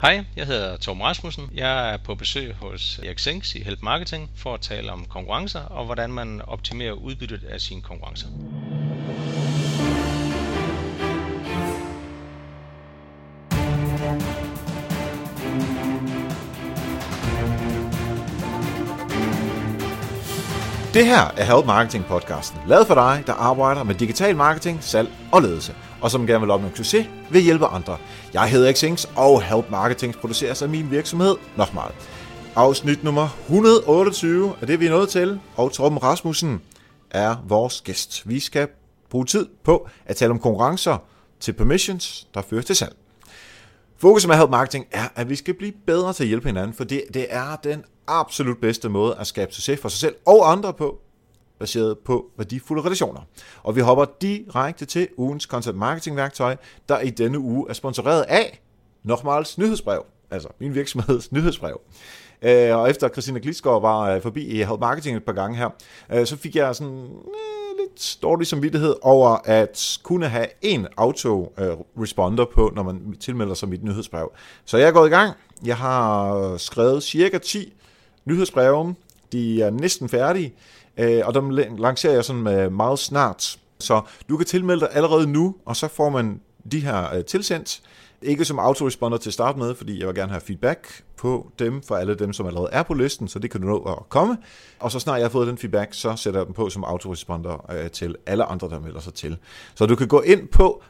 Hej, jeg hedder Torben Rasmussen. Jeg er på besøg hos Erik Sengs i Help Marketing for at tale om konkurrencer og hvordan man optimerer udbyttet af sine konkurrencer. Det her er Help Marketing podcasten, lavet for dig, der arbejder med digital marketing, salg og ledelse, og som gerne vil opnå succes ved at hjælpe andre. Jeg hedder Erik Sengs, og Help Marketing produceres af min virksomhed Nochmal. Afsnit nummer 128 er det, vi er nået til, og Torben Rasmussen er vores gæst. Vi skal bruge tid på at tale om konkurrencer til permissions, der fører til salg. Fokus med Help Marketing er, at vi skal blive bedre til at hjælpe hinanden, for det er den absolut bedste måde at skabe succes for sig selv og andre på, baseret på værdifulde relationer. Og vi hopper direkte til ugens content marketing værktøj, der i denne uge er sponsoreret af Nochmals nyhedsbrev, altså min virksomheds nyhedsbrev. Og efter Christina Glitsgaard var forbi i Help Marketing et par gange her, så fik jeg sådan lidt dårlig samvittighed over at kunne have en auto-responder på, når man tilmelder sig mit nyhedsbrev. Så jeg er gået i gang. Jeg har skrevet cirka 10 nyhedsbreve. De er næsten færdige, og dem lancerer jeg sådan meget snart. Så du kan tilmelde dig allerede nu, og så får man de her tilsendt. Ikke som autoresponder til at starte med, fordi jeg vil gerne have feedback på dem, for alle dem, som allerede er på listen, så det kan du nå at komme. Og så snart jeg har fået den feedback, så sætter jeg dem på som autoresponder til alle andre, der melder sig til. Så du kan gå ind på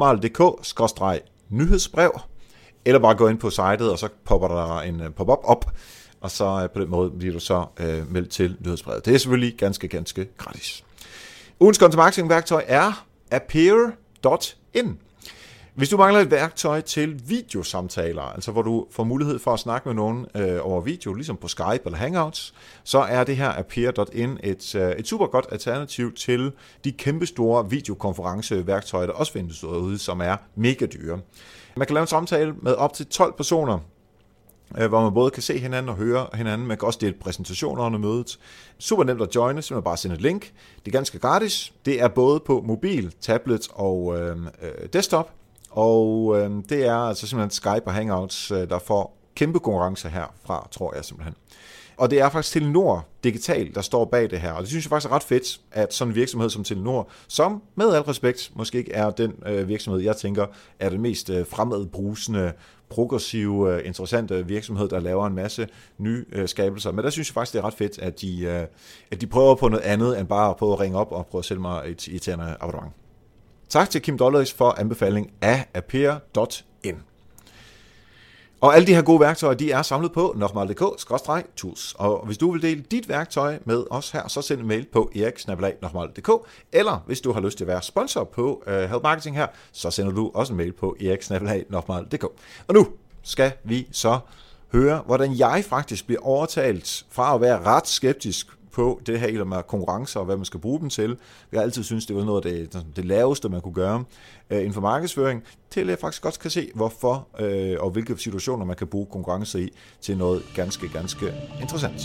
nochmal.dk/nyhedsbrev, eller bare gå ind på sitet, og så popper der en pop-up op, og så på den måde bliver du så meldt til nyhedsbrevet. Det er selvfølgelig ganske gratis. Ugens content marketing værktøj er Appear.in. Hvis du mangler et værktøj til videosamtaler, altså hvor du får mulighed for at snakke med nogen over video, ligesom på Skype eller Hangouts, så er det her Appear.in et super godt alternativ til de kæmpestore videokonferenceværktøjer, der også findes derude, som er mega dyre. Man kan lave en samtale med op til 12 personer, hvor man både kan se hinanden og høre hinanden. Man kan også dele præsentationer under mødet. Super nemt at joine, så man bare sender et link. Det er ganske gratis. Det er både på mobil, tablet og desktop. Og det er altså simpelthen Skype og Hangouts, der får kæmpe konkurrence herfra, tror jeg simpelthen. Og det er faktisk Telenor Digital, der står bag det her. Og det synes jeg faktisk er ret fedt, at sådan en virksomhed som Telenor, som med al respekt måske ikke er den virksomhed, jeg tænker er den mest fremadbrusende, progressive, interessante virksomhed, der laver en masse nye skabelser. Men der synes jeg faktisk, det er ret fedt, at de prøver på noget andet, end bare at prøve at ringe op og prøve at sælge mig et irriterende abonnement. Tak til Kim Dollars for anbefaling af Appear.in. Og alle de her gode værktøjer, de er samlet på nochmal.dk/tools. Og hvis du vil dele dit værktøj med os her, så send en mail på erik@nochmal.dk. Eller hvis du har lyst til at være sponsor på Help Marketing her, så sender du også en mail på erik@nochmal.dk. Og nu skal vi så høre, hvordan jeg faktisk bliver overtalt fra at være ret skeptisk på det her med konkurrencer og hvad man skal bruge dem til. Jeg har altid synes det var noget af det laveste, man kunne gøre inden for markedsføring, til at jeg faktisk godt kan se, hvorfor og hvilke situationer man kan bruge konkurrencer i til noget ganske interessant.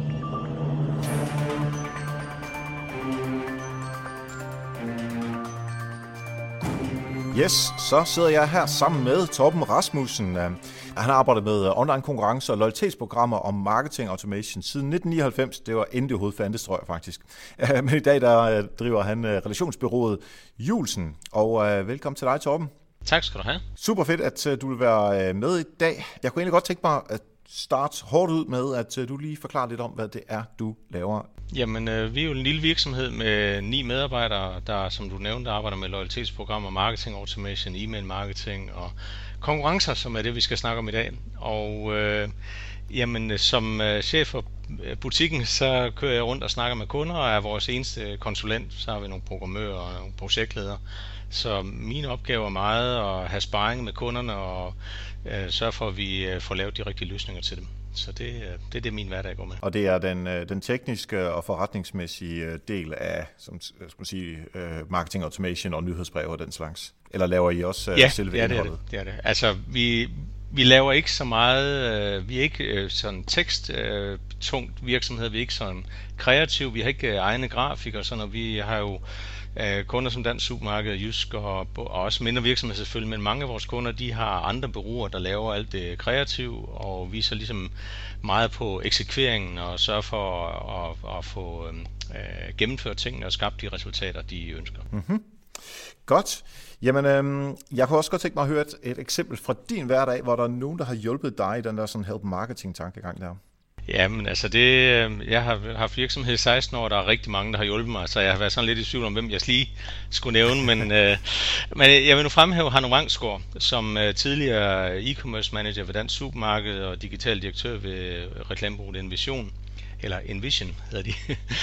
Yes, så sidder jeg her sammen med Torben Rasmussen. Han har arbejdet med online konkurrencer og loyalitetsprogrammer og marketing automation siden 1999. Det var inden det overhovedet fandtes, tror jeg faktisk. Men i dag der driver han relationsbureauet Julesen. Og velkommen til dig, Torben. Tak skal du have. Super fedt, at du vil være med i dag. Jeg kunne egentlig godt tænke mig at starte hårdt ud med, at du lige forklarer lidt om, hvad det er, du laver. Jamen, vi er jo en lille virksomhed med 9 medarbejdere, der, som du nævnte, arbejder med loyalitetsprogrammer, marketing automation, e-mail marketing og konkurrencer, som er det, vi skal snakke om i dag. Og jamen, som chef for butikken, så kører jeg rundt og snakker med kunder, og er vores eneste konsulent. Så har vi nogle programmører og nogle projektledere. Så min opgave er meget at have sparring med kunderne og sørge for, at vi får lavet de rigtige løsninger til dem. Så det er det, min hverdag går med. Og det er den tekniske og forretningsmæssige del af, som skal man sige, marketing automation og nyhedsbreve og den slags? Eller laver I også selve indholdet? Ja, det er det. Altså, Vi laver ikke så meget, vi er ikke sådan teksttungt virksomhed, vi er ikke sådan kreativ, vi har ikke egne grafikere og sådan noget. Vi har jo kunder som Dansk Supermarked, Jysk og også mindre virksomheder selvfølgelig, men mange af vores kunder, de har andre bureauer, der laver alt det kreative, og vi er så ligesom meget på eksekveringen og sørger for at få gennemført tingene og skabt de resultater, de ønsker. Mm-hmm. Godt. Jamen, jeg kunne også godt tænke mig at høre et eksempel fra din hverdag, hvor der er nogen, der har hjulpet dig i den der sådan help marketing tankegang der. Jamen, altså jeg har haft virksomhed i 16 år, der er rigtig mange, der har hjulpet mig, så jeg har været sådan lidt i tvivl om, hvem jeg lige skulle nævne, men jeg vil nu fremhæve Hanno Vangsgaard, som tidligere e-commerce manager ved Dansk Supermarked og digital direktør ved reklamebureauet Envision, eller Envision hedder de.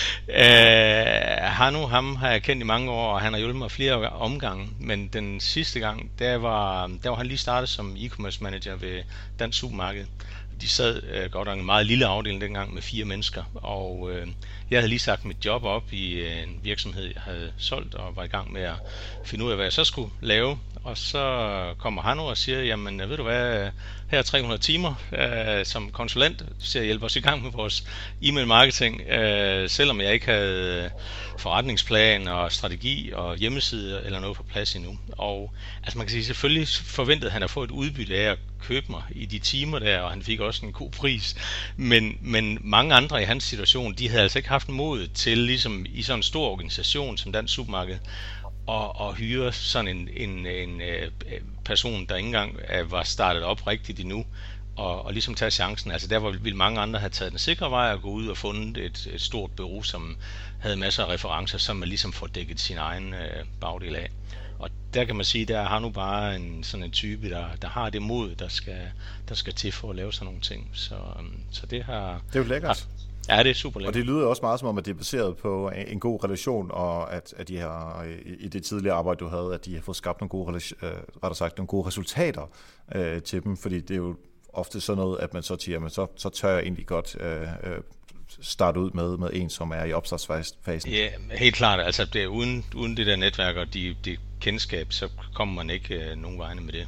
Ham har jeg kendt i mange år, og han har hjulpet mig flere omgange, men den sidste gang, der var han lige startet som e-commerce manager ved Dansk Supermarked. De sad godt nok en meget lille afdeling dengang med 4 mennesker, og jeg havde lige sagt mit job op i en virksomhed, jeg havde solgt, og var i gang med at finde ud af, hvad jeg så skulle lave. Og så kommer han og siger, jamen ved du hvad, her er 300 timer som konsulent, til at hjælpe os i gang med vores e-mail marketing, selvom jeg ikke havde forretningsplan og strategi og hjemmeside eller noget på plads endnu. Og altså man kan sige, selvfølgelig forventede han at få et udbytte af at købe mig i de timer der, og han fik også en god pris. Men mange andre i hans situation, de havde altså ikke haft mod til, ligesom i sådan en stor organisation som Dansk Supermarked, og hyre sådan en person, der ikke engang var startet op rigtigt endnu, og ligesom tage chancen. Altså der ville mange andre have taget den sikre vej og gå ud og fundet et stort bureau, som havde masser af referencer, som man ligesom får dækket sin egen bagdel af. Og der kan man sige, der har nu bare sådan en type, der har det mod, der skal til for at lave sådan nogle ting. Så det har... Det er jo lækkert. Ja, det er super lækkert. Og det lyder også meget som om, at det er baseret på en god relation, og at de har i det tidligere arbejde, du havde, at de har fået skabt nogle gode resultater til dem, fordi det er jo ofte sådan noget, at man så siger, at så tør jeg egentlig godt starte ud med en, som er i opstartsfasen. Ja, helt klart. Altså det er uden det der netværk og det kendskab, så kommer man ikke nogen vegne med det.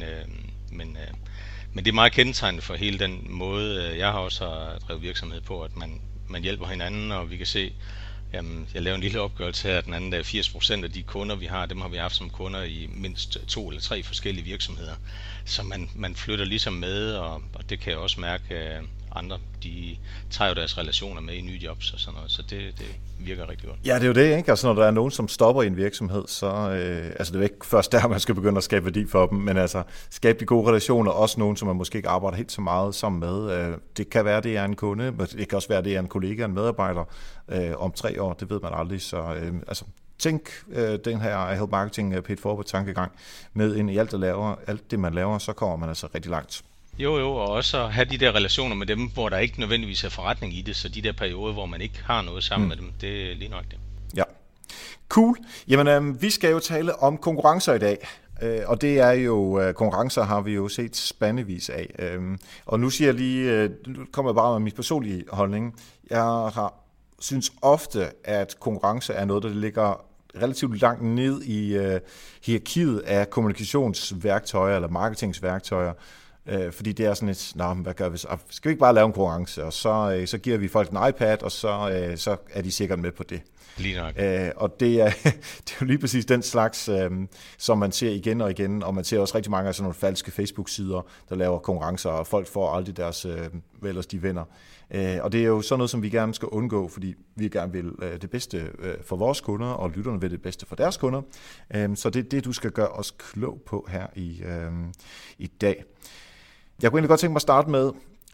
Men det er meget kendetegnende for hele den måde, jeg har også drevet virksomhed på, at man hjælper hinanden, og vi kan se, jamen, jeg laver en lille opgørelse her den anden dag, 80% af de kunder, vi har, dem har vi haft som kunder i mindst 2 eller 3 forskellige virksomheder. Så man flytter ligesom med, og det kan jeg også mærke, andre, de tager jo deres relationer med i nye jobs og sådan noget, så det virker rigtig godt. Ja, det er jo det, ikke? Altså når der er nogen, som stopper i en virksomhed, så altså det er jo ikke først der, man skal begynde at skabe værdi for dem, men altså skabe de gode relationer, også nogen, som man måske ikke arbejder helt så meget sammen med. Det kan være, det er en kunde, men det kan også være, det er en kollega, en medarbejder om 3 år, det ved man aldrig, så altså tænk den her help marketing paid forward tankegang med ind i alt det man laver, så kommer man altså rigtig langt. Jo, og også have de der relationer med dem, hvor der ikke nødvendigvis er forretning i det, så de der perioder, hvor man ikke har noget sammen med dem, det er lige nok det. Ja, cool. Jamen, vi skal jo tale om konkurrencer i dag, og det er jo, konkurrencer har vi jo set spandevis af. Og nu siger jeg lige, nu kommer jeg bare med min personlige holdning. Jeg synes ofte, at konkurrence er noget, der ligger relativt langt ned i hierarkiet af kommunikationsværktøjer eller marketingsværktøjer. Fordi det er sådan et, hvad gør vi så? Skal vi ikke bare lave en konkurrence, og så giver vi folk en iPad, og så er de sikkert med på det. Lige nok. Og det er jo lige præcis den slags, som man ser igen og igen, og man ser også rigtig mange af sådan nogle falske Facebook-sider, der laver konkurrencer, og folk får aldrig deres, ellers de vinder. Og det er jo sådan noget, som vi gerne skal undgå, fordi vi gerne vil det bedste for vores kunder, og lytterne vil det bedste for deres kunder. Så det er det, du skal gøre os klog på her i dag. Jeg kunne egentlig godt tænke mig at starte med,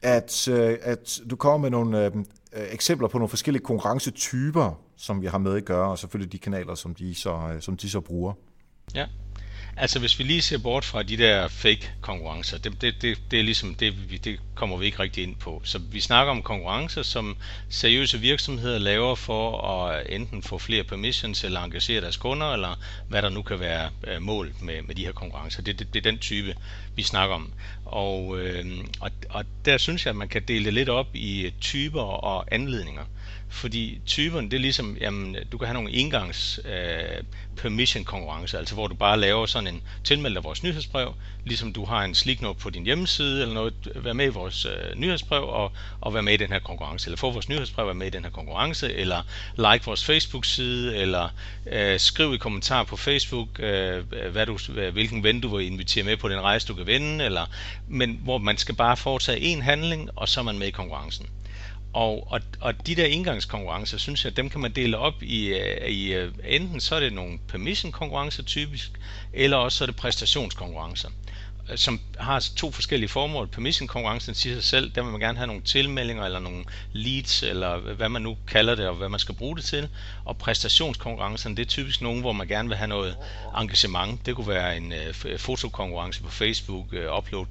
at du kommer med nogle eksempler på nogle forskellige konkurrencetyper, som vi har med at gøre, og selvfølgelig de kanaler, som de så bruger. Ja, altså hvis vi lige ser bort fra de der fake konkurrencer, det er ligesom det kommer vi ikke rigtig ind på. Så vi snakker om konkurrencer, som seriøse virksomheder laver for at enten få flere permissions eller engagere deres kunder, eller hvad der nu kan være mål med de her konkurrencer. Det er den type, vi snakker om. Og der synes jeg, at man kan dele det lidt op i typer og anledninger. Fordi typerne, det er ligesom, jamen, du kan have nogle engangs permission konkurrencer, altså hvor du bare laver sådan sådan en tilmeld af vores nyhedsbrev, ligesom du har en sliknote på din hjemmeside eller noget, vær med i vores nyhedsbrev og vær med i den her konkurrence, eller få vores nyhedsbrev og vær med i den her konkurrence, eller like vores Facebook-side, eller skriv i kommentar på Facebook, hvilken ven du vil invitere med på den rejse, du kan vinde, men hvor man skal bare foretage en handling, og så er man med i konkurrencen. Og de der engangskonkurrencer, synes jeg, dem kan man dele op i enten så er det nogle permission-konkurrencer typisk, eller også så er det præstationskonkurrencer, som har to forskellige formål. Permission-konkurrencen siger sig selv, der vil man gerne have nogle tilmeldinger, eller nogle leads, eller hvad man nu kalder det, og hvad man skal bruge det til. Og præstationskonkurrencen, det er typisk nogen, hvor man gerne vil have noget engagement. Det kunne være en fotokonkurrence på Facebook, upload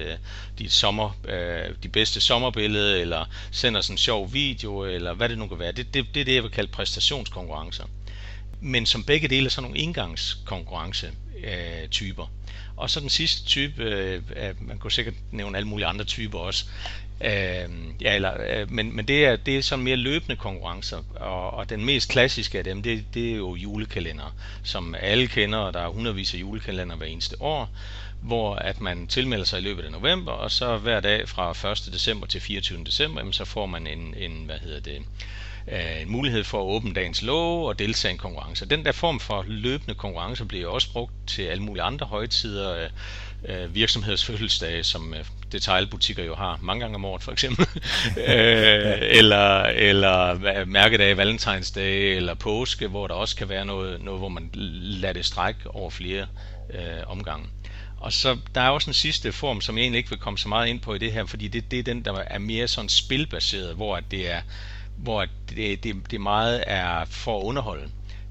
dit bedste sommerbillede, eller send os en sjov video, eller hvad det nu kan være. Det er det, jeg vil kalde præstationskonkurrencer. Men som begge dele er sådan nogle engangskonkurrencetyper. Og så den sidste type, man kunne sikkert nævne alle mulige andre typer også, men det er sådan mere løbende konkurrencer, og den mest klassiske af dem, det er jo julekalender, som alle kender, og der er hundredvis af julekalender hver eneste år, hvor at man tilmelder sig i løbet af november, og så hver dag fra 1. december til 24. december, så får man en mulighed for at åbne dagens love og deltage i en konkurrence. Den der form for løbende konkurrencer bliver jo også brugt til alle mulige andre højtider, virksomheders fødselsdage, som detailbutikker jo har mange gange om året for eksempel, eller mærkedage, valentinsdage eller påske, hvor der også kan være noget hvor man lader det strække over flere omgange. Og så der er også en sidste form, som jeg egentlig ikke vil komme så meget ind på i det her, fordi det er den, der er mere sådan spilbaseret, hvor det meget er for at underholde.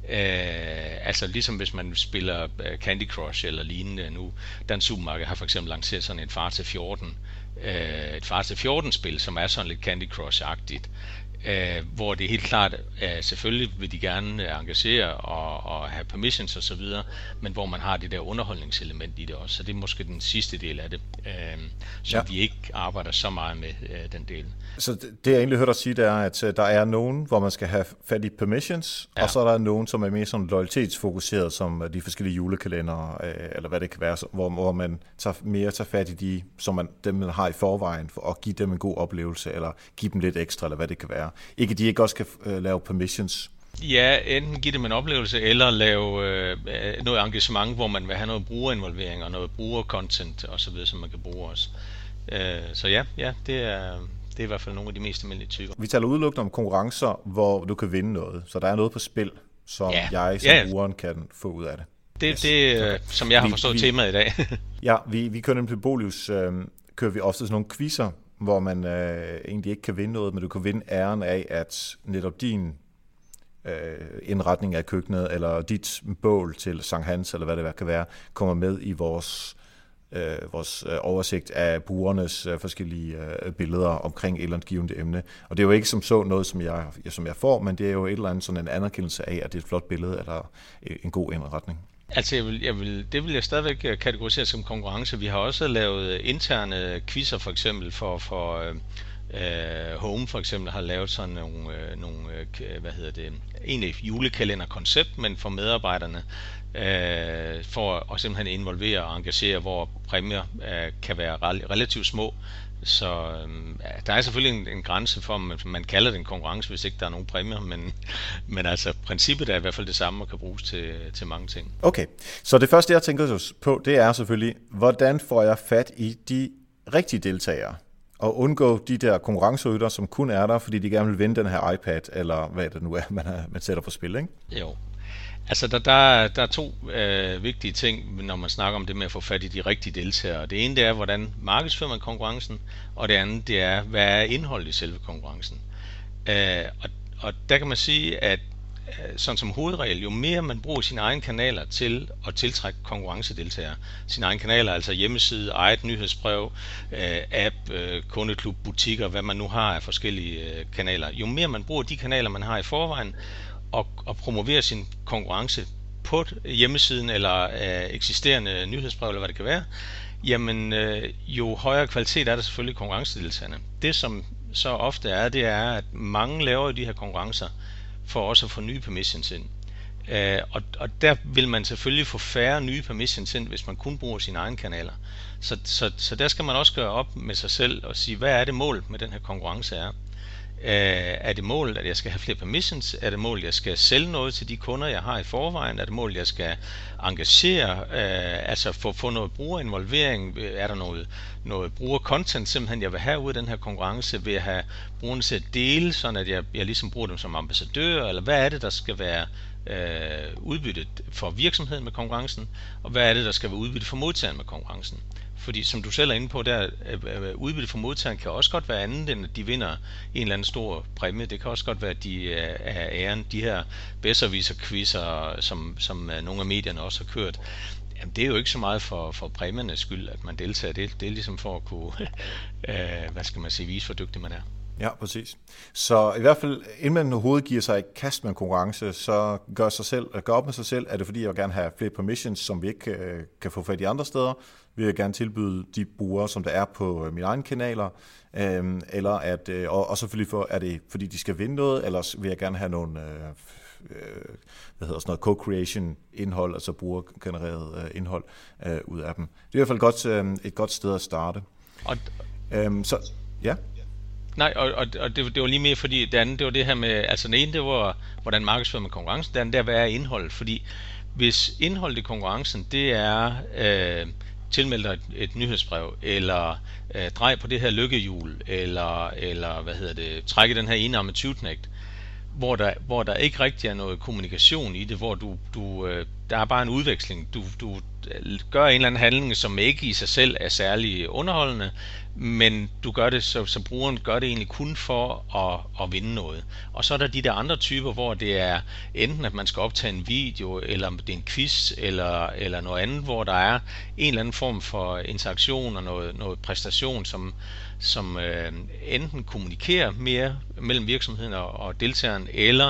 Altså ligesom hvis man spiller Candy Crush eller lignende nu. Dansk Supermarked har for eksempel lanceret sådan en Far til 14 et Far til 14 spil, som er sådan lidt Candy Crush-agtigt, hvor det er helt klart, selvfølgelig vil de gerne engagere og have permissions og så videre, men hvor man har det der underholdningselement i det også, så det er måske den sidste del af det, som vi ikke arbejder så meget med, den del. Så det jeg egentlig hørte dig sige, det er, at der er nogen, hvor man skal have fat i permissions, og så er der nogen, som er mere sådan loyalitetsfokuseret, som de forskellige julekalender, eller hvad det kan være, hvor man tager fat i de, som dem man har i forvejen, for at give dem en god oplevelse, eller give dem lidt ekstra, eller hvad det kan være. Ikke de ikke også kan lave permissions. Ja, enten give dem en oplevelse, eller lave noget engagement, hvor man vil have noget brugerinvolvering, og noget brugercontent, og så videre, som man kan bruge også. Så ja, det er i hvert fald nogle af de mest almindelige typer. Vi taler udelukkende om konkurrencer, hvor du kan vinde noget. Så der er noget på spil, som jeg som brugeren kan få ud af det. Det som jeg har forstået temaet i dag. Ja, vi kører nemlig på Bolius, kører vi ofte sådan nogle quizzer, hvor man egentlig ikke kan vinde noget, men du kan vinde æren af, at netop din indretning af køkkenet, eller dit bål til Sankt Hans, eller hvad det kan være, kommer med i vores oversigt af brugernes forskellige billeder omkring et eller andet givet emne. Og det er jo ikke som så noget, som jeg får, men det er jo et eller andet sådan en anerkendelse af, at det er et flot billede, eller en god indretning. Altså det vil jeg stadigvæk kategorisere som konkurrence. Vi har også lavet interne quizzer for eksempel for Home for eksempel har lavet sådan nogle egentlig julekalenderkoncept, men for medarbejderne for at simpelthen involvere og engagere, hvor præmier kan være relativt små. Så der er selvfølgelig en grænse for, om man kalder det en konkurrence, hvis ikke der er nogen præmier, men altså princippet er i hvert fald det samme og kan bruges til mange ting. Okay, så det første jeg tænker på, det er selvfølgelig, hvordan får jeg fat i de rigtige deltagere? Og undgå de der konkurrencerytter, som kun er der, fordi de gerne vil vinde den her iPad, eller hvad det nu er, man sætter på spil, ikke? Jo. Altså, der er to vigtige ting, når man snakker om det med at få fat i de rigtige deltagere. Det ene, det er, hvordan markedsfører man konkurrencen, og det andet, det er, hvad er indholdet i selve konkurrencen. Og der kan man sige, at sådan som hovedregel, jo mere man bruger sine egne kanaler til at tiltrække konkurrencedeltagere, sine egne kanaler, altså hjemmeside, eget nyhedsbrev, app, kundeklub, butikker, hvad man nu har af forskellige kanaler, jo mere man bruger de kanaler, man har i forvejen, og promoverer sin konkurrence på hjemmesiden eller eksisterende nyhedsbrev, eller hvad det kan være, jamen jo højere kvalitet er der selvfølgelig konkurrencedeltagerne. Det som så ofte er, det er, at mange laver de her konkurrencer for også at få nye permissions ind. Og der vil man selvfølgelig få færre nye permissions ind, hvis man kun bruger sine egne kanaler. Så der skal man også gøre op med sig selv og sige, hvad er det mål med den her konkurrence er? Er det målet, at jeg skal have flere permissions? Er det målet, at jeg skal sælge noget til de kunder, jeg har i forvejen? Er det målet, at jeg skal engagere, altså få noget brugerinvolvering? Er der noget brugercontent, simpelthen jeg vil have ud af den her konkurrence? Vil jeg have brugerne til at dele, sådan at jeg ligesom bruger dem som ambassadør? Eller hvad er det, der skal være udbyttet for virksomheden med konkurrencen? Og hvad er det, der skal være udbyttet for modtageren med konkurrencen? Fordi som du selv er inde på, der udbytte for modtageren kan også godt være andet, end at de vinder en eller anden stor præmie. Det kan også godt være, at de er æren. De her bedserviser-quizzer, som nogle af medierne også har kørt, jamen, det er jo ikke så meget for præmiernes skyld, at man deltager. Det er ligesom for at kunne vise, hvor dygtig man er. Ja, præcis. Så i hvert fald, inden man overhovedet giver sig i kast med en konkurrence, så gør op med sig selv, er det fordi, jeg vil gerne have flere permissions, som vi ikke kan få fat i andre steder. Vil jeg gerne tilbyde de brugere, som der er på mine egne kanaler, eller at, og selvfølgelig er det fordi, de skal vinde noget, eller vil jeg gerne have nogle co-creation indhold, altså brugergenereret indhold ud af dem. Det er i hvert fald et godt sted at starte. Så, ja. Nej, og det var lige mere, fordi det andet, det var det her med, altså den ene, det var, hvordan markedsfører man konkurrencen, det andet, der hvad er indholdet, fordi hvis indholdet i konkurrencen, det er tilmeld dig et nyhedsbrev, eller drej på det her lykkehjul, eller trække den her enarmede tyveknægt, hvor der ikke rigtig er noget kommunikation i det, hvor der er bare en udveksling. Du gør en eller anden handling, som ikke i sig selv er særlig underholdende, men du gør det, så brugeren gør det egentlig kun for at vinde noget. Og så er der de der andre typer, hvor det er enten, at man skal optage en video, eller det er en quiz, eller noget andet, hvor der er en eller anden form for interaktion og noget præstation, som enten kommunikerer mere mellem virksomheden og deltageren, eller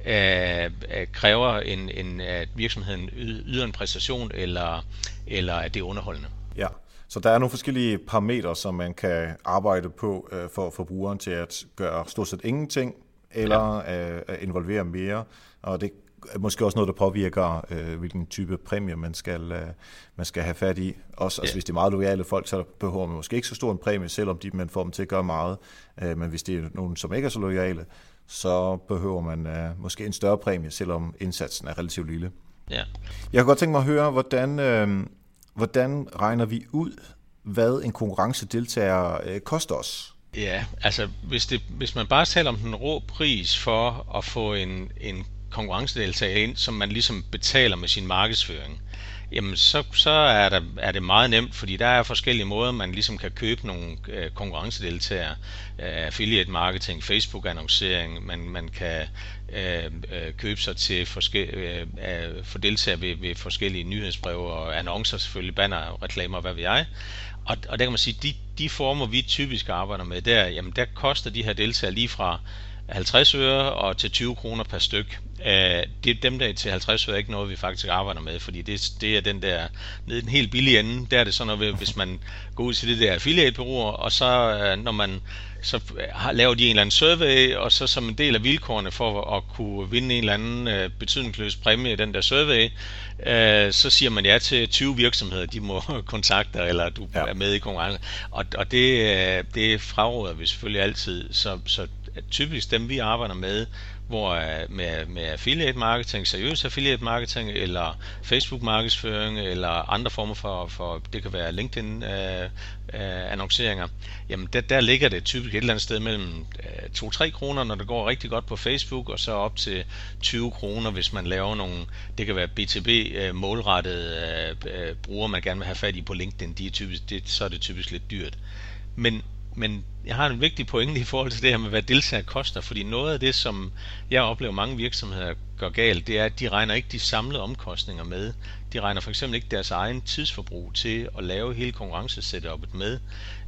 kræver at virksomheden yder en præstation, eller at det er underholdende. Ja, så der er nogle forskellige parametre, som man kan arbejde på for brugeren til at gøre stort set ingenting, eller at involvere mere, og det er måske også noget, der påvirker, hvilken type præmie man skal have fat i. Også, altså, hvis det er meget loyale folk, så behøver man måske ikke så stor en præmie, selvom man får dem til at gøre meget. Men hvis det er nogen, som ikke er så loyale, så behøver man måske en større præmie, selvom indsatsen er relativt lille. Ja. Jeg kan godt tænke mig at høre, hvordan regner vi ud, hvad en konkurrencedeltager koster os? Ja, altså hvis man bare taler om den rå pris for at få en konkurrencedeltager ind, som man ligesom betaler med sin markedsføring, jamen så er det meget nemt, fordi der er forskellige måder, man ligesom kan købe nogle konkurrencedeltagere. Affiliate marketing, Facebook annoncering, man kan købe sig til for deltagere ved forskellige nyhedsbreve og annoncer, selvfølgelig banner, reklamer, hvad ved jeg. Og der kan man sige, de former vi typisk arbejder med der koster de her deltagere lige fra 50 øre og til 20 kroner per styk. Det er dem der til 50 øre ikke noget, vi faktisk arbejder med, fordi det er den der nede i den helt billige ende. Der er det sådan noget, hvis man går ud til det der affiliate-bureauer, og så når man så laver de en eller anden survey, og så som en del af vilkårene for at kunne vinde en eller anden betydningsløs præmie i den der survey, så siger man ja til 20 virksomheder, de må kontakte, eller du er med i konkurrencen. Og det fraråder vi selvfølgelig altid, så typisk dem vi arbejder med, hvor med affiliate marketing, seriøs affiliate marketing, eller Facebook markedsføring, eller andre former for det kan være LinkedIn annonceringer, jamen der ligger det typisk et eller andet sted mellem 2-3 kroner, når det går rigtig godt på Facebook, og så op til 20 kroner, hvis man laver nogle, det kan være B2B målrettede brugere, man gerne vil have fat i på LinkedIn, så er det typisk lidt dyrt. Men jeg har en vigtig pointe i forhold til det her med, hvad deltager koster, fordi noget af det, som jeg oplever mange virksomheder gør galt, det er, at de regner ikke de samlede omkostninger med. De regner for eksempel ikke deres egen tidsforbrug til at lave hele konkurrencesetupet med,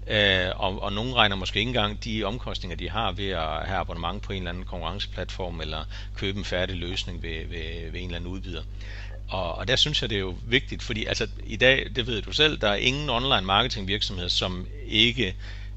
og nogen regner måske ikke engang de omkostninger, de har ved at have abonnement på en eller anden konkurrenceplatform, eller købe en færdig løsning ved en eller anden udbyder. Og der synes jeg, det er jo vigtigt, fordi altså i dag, det ved du selv, der er ingen online marketing virksomhed, som ikke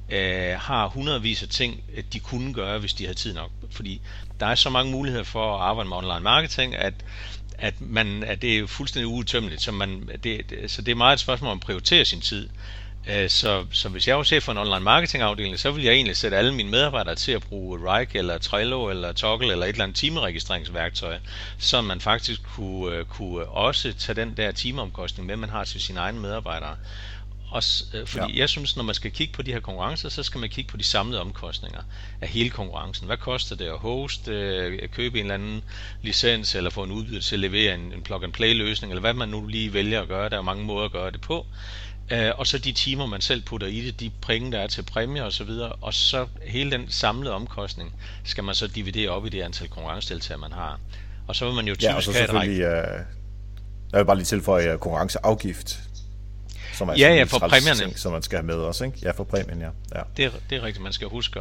har hundredvis af ting, de kunne gøre, hvis de havde tid nok. Fordi der er så mange muligheder for at arbejde med online marketing, at det er jo fuldstændig uudtømmeligt, så så det er meget et spørgsmål om at prioritere sin tid. Så hvis jeg var chef for en online marketingafdeling, så ville jeg egentlig sætte alle mine medarbejdere til at bruge Rike eller Trello eller Toggle eller et eller andet timeregistreringsværktøj, så man faktisk kunne også tage den der timeomkostning med, man har til sine egne medarbejdere. Fordi jeg synes, når man skal kigge på de her konkurrencer, så skal man kigge på de samlede omkostninger af hele konkurrencen. Hvad koster det at hoste, købe en eller anden licens, eller få en udbyder til at levere en plug-and-play løsning, eller hvad man nu lige vælger at gøre. Der er mange måder at gøre det på. Og så de timer, man selv putter i det, de penge, der er til præmier osv., og så hele den samlede omkostning skal man så dividere op i det antal konkurrencedeltagere, man har. Og så vil man jo typisk og så selvfølgelig, jeg vil bare lige tilføje konkurrenceafgift, som er for præmierne, ting, som man skal have med også, ikke? Ja, for præmien, ja. Det er rigtigt. Man skal huske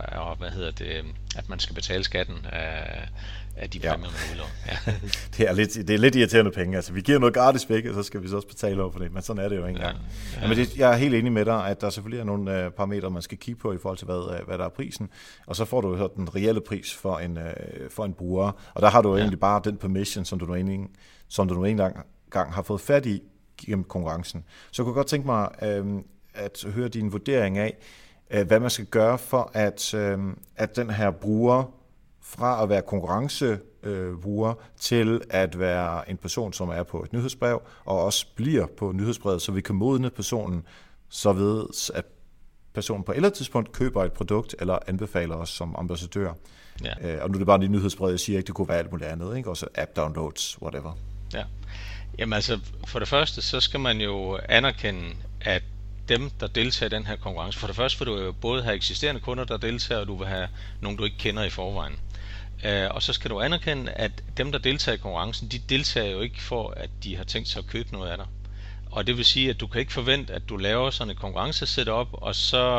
at man skal betale skatten af de præmier, man udlover. Ja. Det er lidt irriterende penge. Altså, vi giver noget gratis begge, så skal vi så også betale over for det, men sådan er det jo ikke engang. Ja. Men jeg er helt enig med dig, at der selvfølgelig er nogle parametre, man skal kigge på i forhold til, hvad der er prisen, og så får du jo den reelle pris for en bruger, og der har du jo egentlig bare den permission, som du nu engang har fået fat i gennem konkurrencen. Så jeg kunne godt tænke mig at høre din vurdering af, hvad man skal gøre for, at den her bruger, fra at være konkurrencebruger til at være en person, som er på et nyhedsbrev, og også bliver på nyhedsbrevet, så vi kan modne personen, så ved at personen på et eller andet tidspunkt køber et produkt, eller anbefaler os som ambassadør. Ja. Og nu er det bare de nyhedsbrev, jeg siger ikke, det kunne være alt muligt andet, ikke? Også app-downloads, whatever. Ja. Jamen altså, for det første, så skal man jo anerkende, at dem, der deltager i den her konkurrence, for det første vil du jo både have eksisterende kunder, der deltager, og du vil have nogen, du ikke kender i forvejen. Og så skal du anerkende, at dem, der deltager i konkurrencen, de deltager jo ikke for, at de har tænkt sig at købe noget af dig. Og det vil sige, at du kan ikke forvente, at du laver sådan et konkurrencesetup, og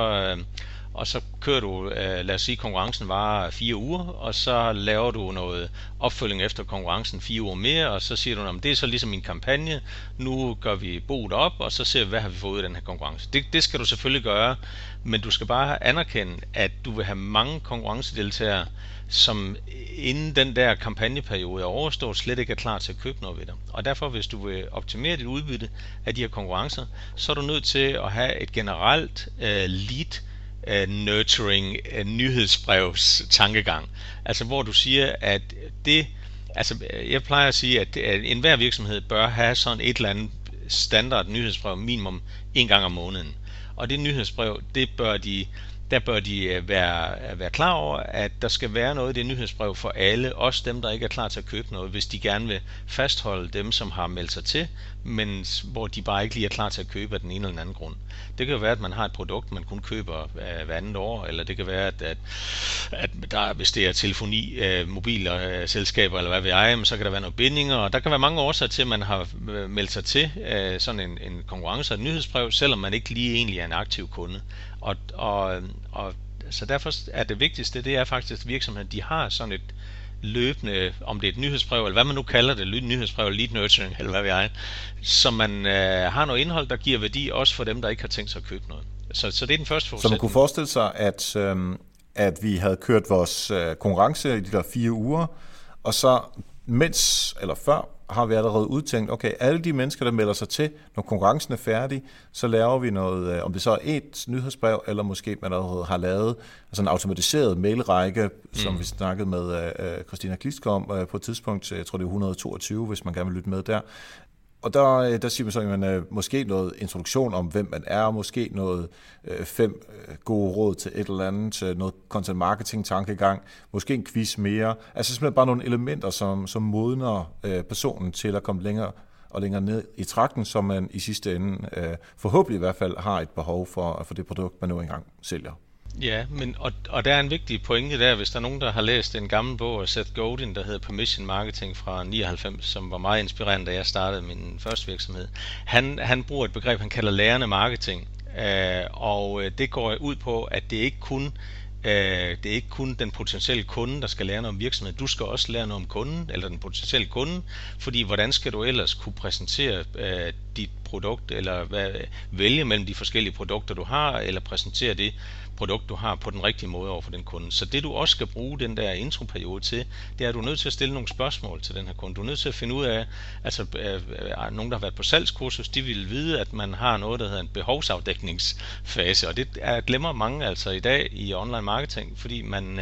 så kører du, lad os sige, konkurrencen varer 4 uger, og så laver du noget opfølging efter konkurrencen 4 uger mere, og så siger du, at det er så ligesom en kampagne, nu gør vi boet op, og så ser vi, hvad har vi fået ud af den her konkurrence. Det skal du selvfølgelig gøre, men du skal bare anerkende, at du vil have mange konkurrencedeltagere, som inden den der kampagneperiode er overstået, slet ikke er klar til at købe noget ved dig. Og derfor, hvis du vil optimere dit udbytte af de her konkurrencer, så er du nødt til at have et generelt lead nurturing nyhedsbrevs tankegang. Altså hvor du siger, at jeg plejer at sige, at enhver virksomhed bør have sådan et eller andet standard nyhedsbrev minimum 1 gang om måneden. Og det nyhedsbrev, der bør de være klar over, at der skal være noget i det nyhedsbrev for alle, også dem, der ikke er klar til at købe noget, hvis de gerne vil fastholde dem, som har meldt sig til, men hvor de bare ikke lige er klar til at købe af den ene eller den anden grund. Det kan jo være, at man har et produkt, man kun køber hver andet år, eller det kan være, at der, hvis det er telefoni, mobilselskaber eller hvad ved jeg, så kan der være nogle bindinger, og der kan være mange årsager til, at man har meldt sig til sådan en konkurrence og et nyhedsbrev, selvom man ikke lige egentlig er en aktiv kunde. Og så derfor er det vigtigste, det er faktisk, at virksomheden, de har sådan et løbende, om det er et nyhedsbrev, eller hvad man nu kalder det, nyhedsbrev, lead nurturing, eller hvad ved jeg, så man har noget indhold, der giver værdi, også for dem, der ikke har tænkt sig at købe noget. Så det er den første forudsætning. Så man kunne forestille sig, at vi havde kørt vores konkurrence i de der 4 uger, og så mens, eller før, har vi allerede udtænkt, okay, alle de mennesker, der melder sig til, når konkurrencen er færdig, så laver vi noget, om det så er et nyhedsbrev, eller måske man allerede har lavet altså en automatiseret mailrække, som vi snakkede med Christina Klisk om på et tidspunkt, jeg tror det er 122, hvis man gerne vil lytte med der. Og der siger man så, at man måske noget introduktion om, hvem man er, måske noget 5 gode råd til et eller andet, noget content marketing tankegang, måske en quiz mere. Altså simpelthen bare nogle elementer, som modner personen til at komme længere og længere ned i tragten, så man i sidste ende forhåbentlig i hvert fald har et behov for det produkt, man nu engang sælger. Ja, men og der er en vigtig pointe der, hvis der er nogen, der har læst en gammel bog af Seth Godin, der hedder Permission Marketing fra 99, som var meget inspirerende, da jeg startede min første virksomhed. Han bruger et begreb, han kalder lærende marketing, og det går ud på, at det er ikke kun den potentielle kunde, der skal lære noget om virksomheden. Du skal også lære noget om kunden, eller den potentielle kunde, fordi hvordan skal du ellers kunne præsentere dit produkt, eller vælge mellem de forskellige produkter, du har, eller præsentere det produkt, du har på den rigtige måde over for den kunde. Så det, du også skal bruge den der introperiode til, det er, at du er nødt til at stille nogle spørgsmål til den her kunde. Du er nødt til at finde ud af, altså nogen, der har været på salgskursus, de vil vide, at man har noget, der hedder en behovsafdækningsfase, og det glemmer mange altså i dag i online marketing, fordi man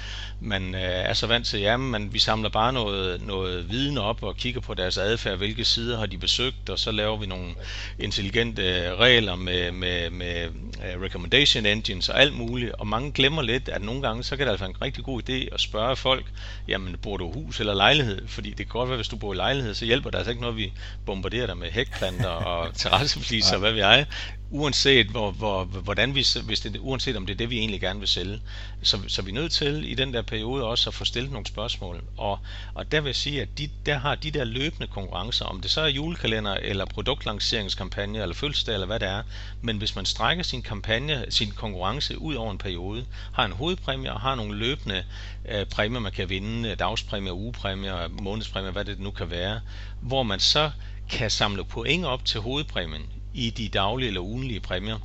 er så vant til, vi samler bare noget viden op og kigger på deres adfærd, hvilke sider har de besøgt, og så laver vi nogle intelligente regler med recommendation engines og alt muligt, og mange glemmer lidt, at nogle gange, så kan det altså være en rigtig god idé at spørge folk, jamen, bor du hus eller lejlighed? Fordi det kan godt være, hvis du bor i lejlighed, så hjælper det altså ikke noget, vi bombarderer dig med hækplanter og terrassefliser og hvad ved jeg, uanset uanset om det er det, vi egentlig gerne vil sælge. Så vi er nødt til i den der periode også at få stillet nogle spørgsmål. Og der vil jeg sige, at der har de der løbende konkurrencer, om det så er julekalender eller produktlanceringskampagne eller fødselsdag eller hvad det er, men hvis man strækker sin konkurrence ud over en periode, har en hovedpræmie og har nogle løbende præmier, man kan vinde, dagspræmier, ugepræmier, månedspræmier, hvad det nu kan være, hvor man så kan samle point op til hovedpræmien i de daglige eller ugenlige præmier,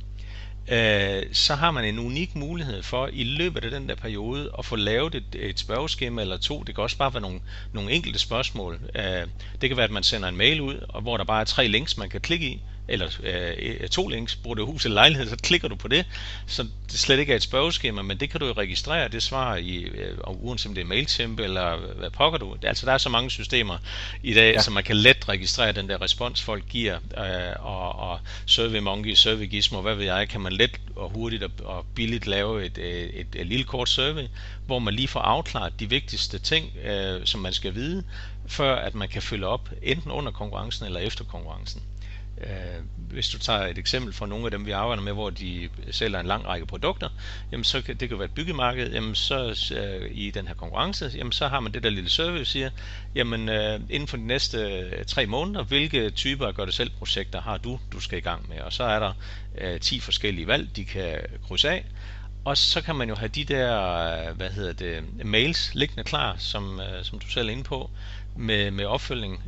så har man en unik mulighed for i løbet af den der periode at få lavet et spørgeskema eller to. Det kan også bare være nogle enkelte spørgsmål. Det kan være, at man sender en mail ud, og hvor der bare er 3 links, man kan klikke i, eller 2 links, bruger du hus eller lejlighed, så klikker du på det, så det slet ikke er et spørgeskema, men det kan du jo registrere, det svar uanset om det er MailChimp eller hvad pokker du. Altså der er så mange systemer i dag, så man kan let registrere den der respons, folk giver, og SurveyMonkey, SurveyGizmo, hvad ved jeg, kan man let og hurtigt og billigt lave et lille kort survey, hvor man lige får afklaret de vigtigste ting, som man skal vide, før at man kan følge op, enten under konkurrencen eller efter konkurrencen. Hvis du tager et eksempel fra nogle af dem, vi arbejder med, hvor de sælger en lang række produkter, jamen så det kan være et byggemarked, jamen så i den her konkurrence, jamen så har man det der lille survey, der siger, jamen inden for de næste 3 måneder, hvilke typer af gør-det-selv-projekter har du skal i gang med, og så er der 10 forskellige valg, de kan krydse af. Og så kan man jo have de der, mails liggende klar, som du selv er inde på, med opfølgning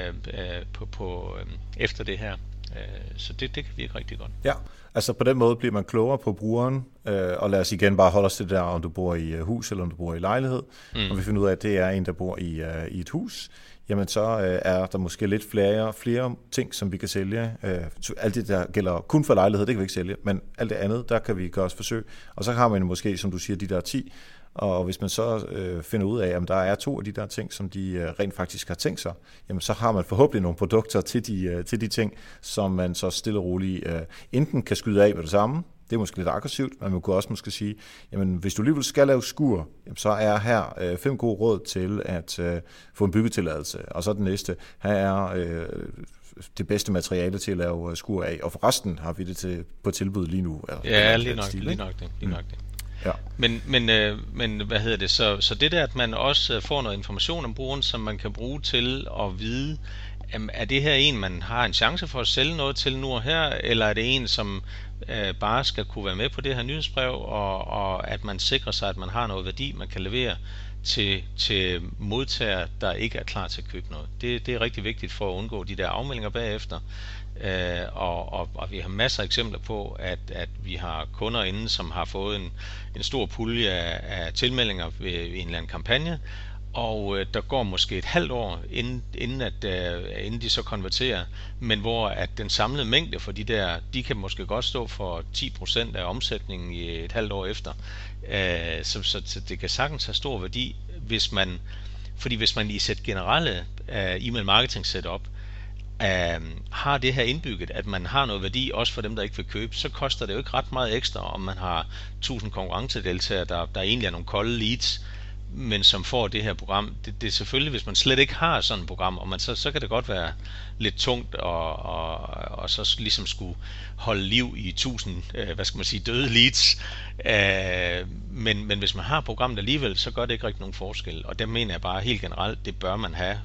efter det her. Så det kan virke rigtig godt. Ja, altså på den måde bliver man klogere på brugeren, og lad os igen bare holde os til det der, om du bor i hus eller om du bor i lejlighed. Og vi finder ud af, at det er en, der bor i et hus, jamen så er der måske lidt flere ting, som vi kan sælge. Alt det, der gælder kun for lejlighed, det kan vi ikke sælge, men alt det andet, der kan vi gøre os forsøg. Og så har man måske, som du siger, de der 10, og hvis man så finder ud af, at der er 2 af de der ting, som de rent faktisk har tænkt sig, jamen så har man forhåbentlig nogle produkter til de ting, som man så stille og roligt enten kan skyde af med det samme. Det er måske lidt aggressivt, men man kunne også måske sige, jamen hvis du alligevel skal lave skur, jamen, så er her 5 gode råd til at få en byggetilladelse. Og så den næste, her er det bedste materiale til at lave skur af. Og forresten har vi det på tilbud lige nu. Ja, lige nok det. Ja. Men hvad hedder det? Så det der, at man også får noget information om brugeren, som man kan bruge til at vide, er det her en, man har en chance for at sælge noget til nu og her, eller er det en, som bare skal kunne være med på det her nyhedsbrev, og at man sikrer sig, at man har noget værdi, man kan levere til modtagere, der ikke er klar til at købe noget. Det er rigtig vigtigt for at undgå de der afmeldinger bagefter. Og vi har masser af eksempler på, at vi har kunder inde, som har fået en stor pulje af tilmeldinger ved en eller anden kampagne, og der går måske et halvt år, inden de så konverterer, men hvor at den samlede mængde for de kan måske godt stå for 10% af omsætningen i et halvt år efter. Så det kan sagtens have stor værdi, hvis man i sit generelle e-mail marketing setup har det her indbygget, at man har noget værdi også for dem, der ikke vil købe, så koster det jo ikke ret meget ekstra, om man har 1000 konkurrencedeltagere, der egentlig er nogle kolde leads, men som får det her program. Det er selvfølgelig, hvis man slet ikke har sådan et program, og man så kan det godt være lidt tungt og så ligesom skulle holde liv i 1000 døde leads. Men hvis man har programmet alligevel, så gør det ikke rigtig nogen forskel. Og det mener jeg bare helt generelt, det bør man have,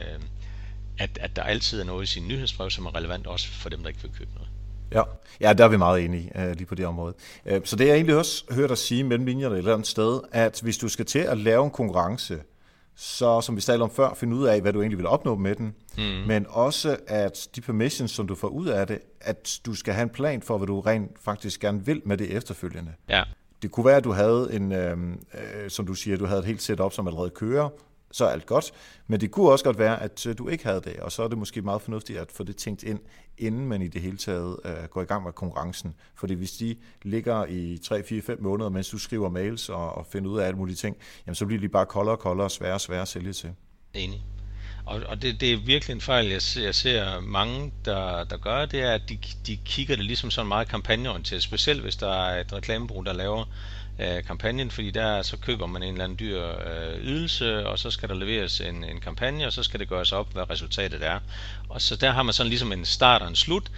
at der altid er noget i sin nyhedsbrev, som er relevant også for dem, der ikke vil købe noget. Ja, der er vi meget enige lige på det område. Så det jeg egentlig også hørt dig sige mellem linjerne et eller andet sted, at hvis du skal til at lave en konkurrence, så som vi talte om før, finde ud af, hvad du egentlig vil opnå med den, men også at de permissions, som du får ud af det, at du skal have en plan for, hvad du rent faktisk gerne vil med det efterfølgende. Ja. Det kunne være, at du havde som du siger, du havde et helt setup, som allerede kører, så er alt godt, men det kunne også godt være, at du ikke havde det, og så er det måske meget fornuftigt at få det tænkt ind, inden man i det hele taget går i gang med konkurrencen. Fordi hvis de ligger i 3, 4, 5 måneder, mens du skriver mails og finder ud af alle mulige ting, jamen så bliver de bare koldere og koldere og sværere at sælge til. Enig. Og det er virkelig en fejl, jeg ser mange, der gør, det er, at de kigger det ligesom sådan meget kampagneorienteret, specielt hvis der er et reklamebureau, der laver kampagnen, fordi der så køber man en eller anden dyr ydelse, og så skal der leveres en kampagne, og så skal det gøres op, hvad resultatet er. Og så der har man sådan ligesom en start og en slut,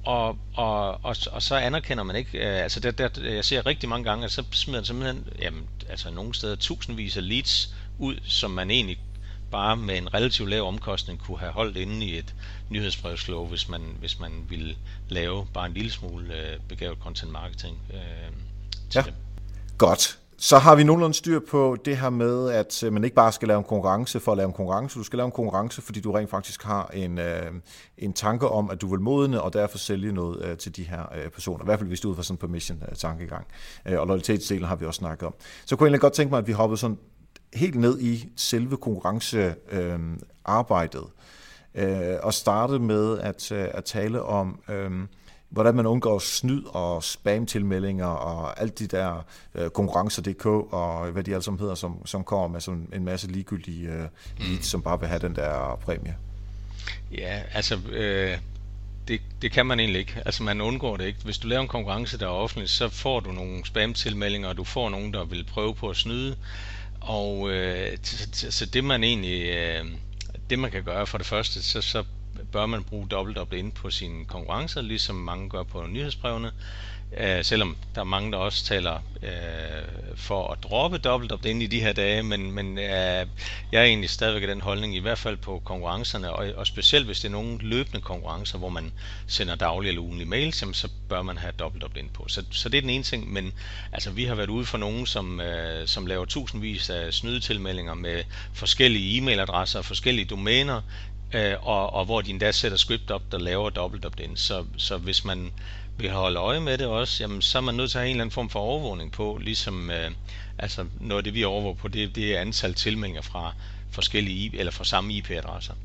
og så anerkender man ikke, jeg ser rigtig mange gange, at så smider man simpelthen, nogle steder tusindvis af leads ud, som man egentlig bare med en relativt lav omkostning kunne have holdt inde i et nyhedsbrevsflow, hvis man ville lave bare en lille smule begavet content marketing til dem. Godt. Så har vi nogenlunde styr på det her med, at man ikke bare skal lave en konkurrence for at lave en konkurrence. Du skal lave en konkurrence, fordi du rent faktisk har en tanke om, at du vil modne, og derfor sælge noget til de her personer. I hvert fald hvis du er ud fra sådan en permission-tankegang. Og loyalitetsdelen har vi også snakket om. Så kunne jeg egentlig godt tænke mig, at vi hoppede sådan helt ned i selve konkurrencearbejdet. Og startede med at tale om hvordan man undgår snyd og spam-tilmeldinger og alt de der konkurrencer.dk og hvad de alle sammen hedder, som kommer med sådan en masse ligegyldige leads, som bare vil have den der præmie. Ja, altså det kan man egentlig ikke. Altså man undgår det ikke. Hvis du laver en konkurrence, der er offentlig, så får du nogle spam-tilmeldinger, og du får nogen, der vil prøve på at snyde. Og så det man egentlig, det man kan gøre for det første, så bør man bruge dobbelt opt-in på sine konkurrencer, ligesom mange gør på nyhedsbrevene. Selvom der er mange, der også taler for at droppe dobbelt opt-in i de her dage, men jeg er egentlig stadigvæk af den holdning, i hvert fald på konkurrencerne, og specielt hvis det er nogle løbende konkurrencer, hvor man sender daglige eller ugenlige mails, så bør man have dobbelt opt-in på. Så det er den ene ting, men altså, vi har været ude for nogen, som laver tusindvis af snydetilmeldinger med forskellige e-mailadresser og forskellige domæner, og hvor de endda sætter script op, der laver dobbelt opt-in. Så hvis man vil holde øje med det også, jamen, så er man nødt til at have en eller anden form for overvågning på, ligesom noget af det vi overvåger på, det er antal tilmeldinger fra forskellige eller fra samme IP-adresser.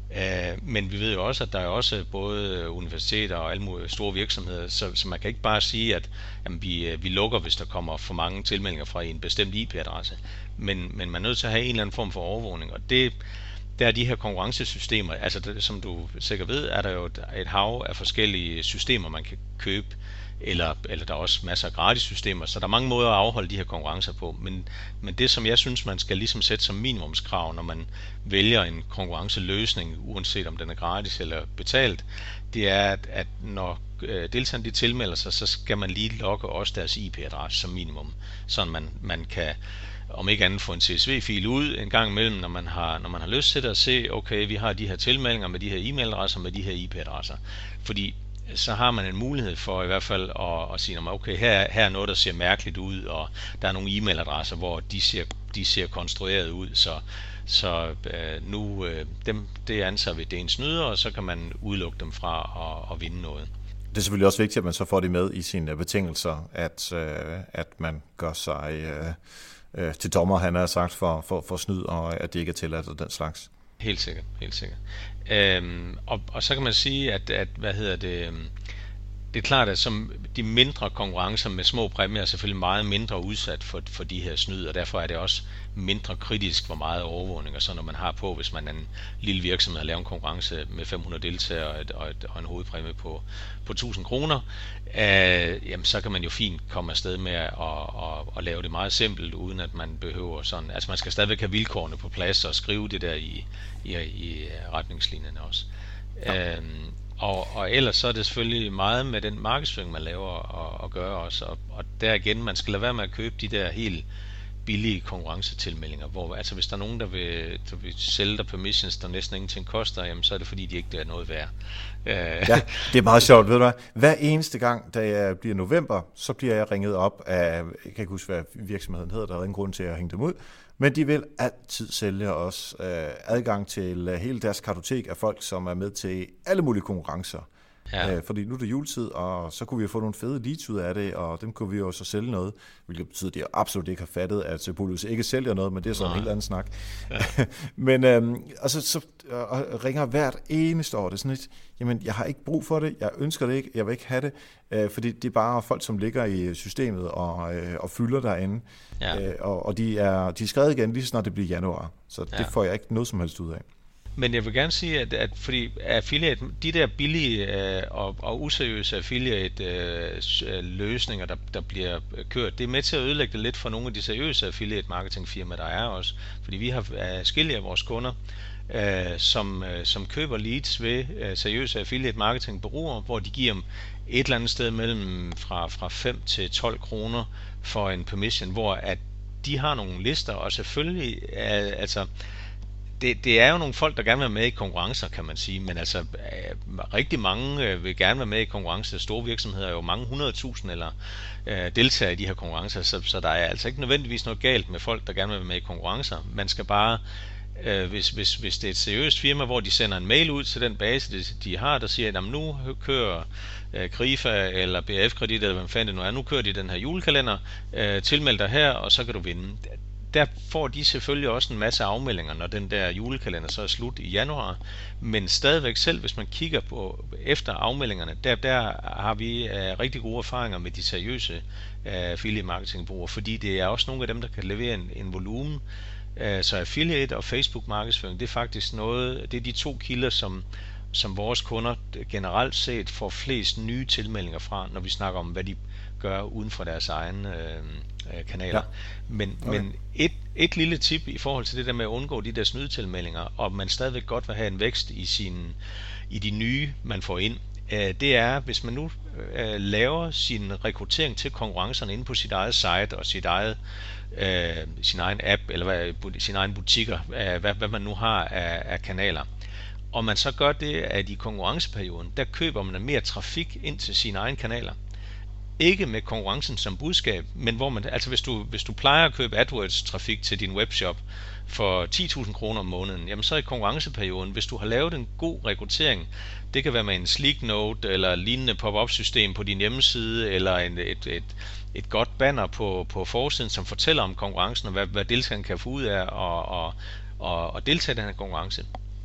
Men vi ved jo også, at der er også både universiteter og alle mulige store virksomheder, så man kan ikke bare sige, at jamen, vi lukker, hvis der kommer for mange tilmeldinger fra en bestemt IP-adresse. Men man er nødt til at have en eller anden form for overvågning, og der er de her konkurrencesystemer, altså som du sikkert ved, er der jo et hav af forskellige systemer, man kan købe, eller der er også masser af gratis systemer, så der er mange måder at afholde de her konkurrencer på, men det som jeg synes, man skal ligesom sætte som minimumskrav, når man vælger en konkurrenceløsning, uanset om den er gratis eller betalt, det er, at når deltagerne de tilmelder sig, så skal man lige logge også deres IP-adresse som minimum, så man kan om ikke andet få en CSV-fil ud en gang imellem, når man har lyst til det, at se, okay, vi har de her tilmeldinger med de her e-mailadresser, med de her IP-adresser. Fordi så har man en mulighed for i hvert fald at sige, okay, her er noget, der ser mærkeligt ud, og der er nogle e-mailadresser, hvor de ser konstrueret ud, så nu det anser vi, det er en snyder, og så kan man udelukke dem fra at vinde noget. Det er selvfølgelig også vigtigt, at man så får det med i sine betingelser, at man gør sig til dommer, han har sagt, for snyd, og at det ikke er tilladt og den slags. Helt sikkert. Og så kan man sige, at det er klart, at som de mindre konkurrencer med små præmier er selvfølgelig meget mindre udsat for de her snyd, og derfor er det også mindre kritisk, hvor meget overvågning og så når man har på, hvis man er en lille virksomhed og laver en konkurrence med 500 deltagere og en hovedpræmie på 1000 kroner, jamen så kan man jo fint komme afsted med at lave det meget simpelt, uden at man behøver sådan, altså man skal stadigvæk have vilkårene på plads og skrive det der i retningslinjerne også. Ja. Og ellers så er det selvfølgelig meget med den markedsføring, man laver og gøre også. Og der igen, man skal lade være med at købe de der helt billige konkurrencetilmeldinger, hvor altså hvis der er nogen, der vil sælge dig permissions, der næsten ingenting koster, jamen så er det fordi, de ikke er noget værd. Ja, det er meget sjovt, ved du hvad? Hver eneste gang, da jeg bliver november, så bliver jeg ringet op af, jeg kan ikke huske, hvad virksomheden hedder, der er ingen grund til at hænge dem ud, men de vil altid sælge os adgang til hele deres kartotek af folk, som er med til alle mulige konkurrencer. Ja. Fordi nu er det juletid, og så kunne vi jo få nogle fede leads ud af det, og dem kunne vi jo så sælge noget, hvilket betyder, at de absolut ikke har fattet, at Sebulus ikke sælger noget, men det er så en helt anden snak. Ja. Men altså, så ringer hvert eneste år, det er sådan lidt, jamen jeg har ikke brug for det, jeg ønsker det ikke, jeg vil ikke have det, fordi det er bare folk, som ligger i systemet og fylder derinde, og de er skrevet igen lige snart det bliver januar, så det får jeg ikke noget som helst ud af. Men jeg vil gerne sige, at fordi affiliate, de der billige og useriøse affiliate løsninger, der bliver kørt, det er med til at ødelægge det lidt for nogle af de seriøse affiliate marketingfirmaer, der er også. Fordi vi har forskellige af vores kunder, som køber leads ved seriøse affiliate marketingbureauer, hvor de giver dem et eller andet sted mellem fra 5 til 12 kroner for en permission, hvor at de har nogle lister, og selvfølgelig altså det er jo nogle folk, der gerne vil være med i konkurrencer, kan man sige, men altså rigtig mange vil gerne være med i konkurrencer. Store virksomheder er jo mange 100.000 eller deltager i de her konkurrencer, så der er altså ikke nødvendigvis noget galt med folk, der gerne vil være med i konkurrencer. Man skal bare, hvis det er et seriøst firma, hvor de sender en mail ud til den base, de har, der siger, at nu kører Krifa eller BF-kredit, eller hvad fanden det nu er, nu kører de den her julekalender, tilmeld dig her, og så kan du vinde. Der får de selvfølgelig også en masse afmeldinger, når den der julekalender så er slut i januar, men stadigvæk selv, hvis man kigger på efter afmeldingerne, der har vi rigtig gode erfaringer med de seriøse affiliate marketingbrugere, fordi det er også nogle af dem, der kan levere en volumen. Så affiliate og Facebook markedsføring, det er faktisk noget, det er de to kilder, som vores kunder generelt set får flest nye tilmeldinger fra, når vi snakker om, hvad de gør uden for deres egne kanaler. Ja. Men et lille tip i forhold til det der med at undgå de der snydetilmeldinger, og man stadigvæk godt vil have en vækst i de nye, man får ind, det er, hvis man nu laver sin rekruttering til konkurrencerne inde på sit eget site og sin egen app, eller sin egen butikker, hvad man nu har af kanaler, og man så gør det, at i konkurrenceperioden, der køber man mere trafik ind til sine egne kanaler. Ikke med konkurrencen som budskab, men hvor man, altså hvis du plejer at købe AdWords-trafik til din webshop for 10.000 kroner om måneden, jamen så i konkurrenceperioden, hvis du har lavet en god rekruttering, det kan være med en sleek note eller lignende pop-up system på din hjemmeside, eller et godt banner på forsiden, som fortæller om konkurrencen, og hvad deltageren kan få ud af og deltage i den her konkurrence.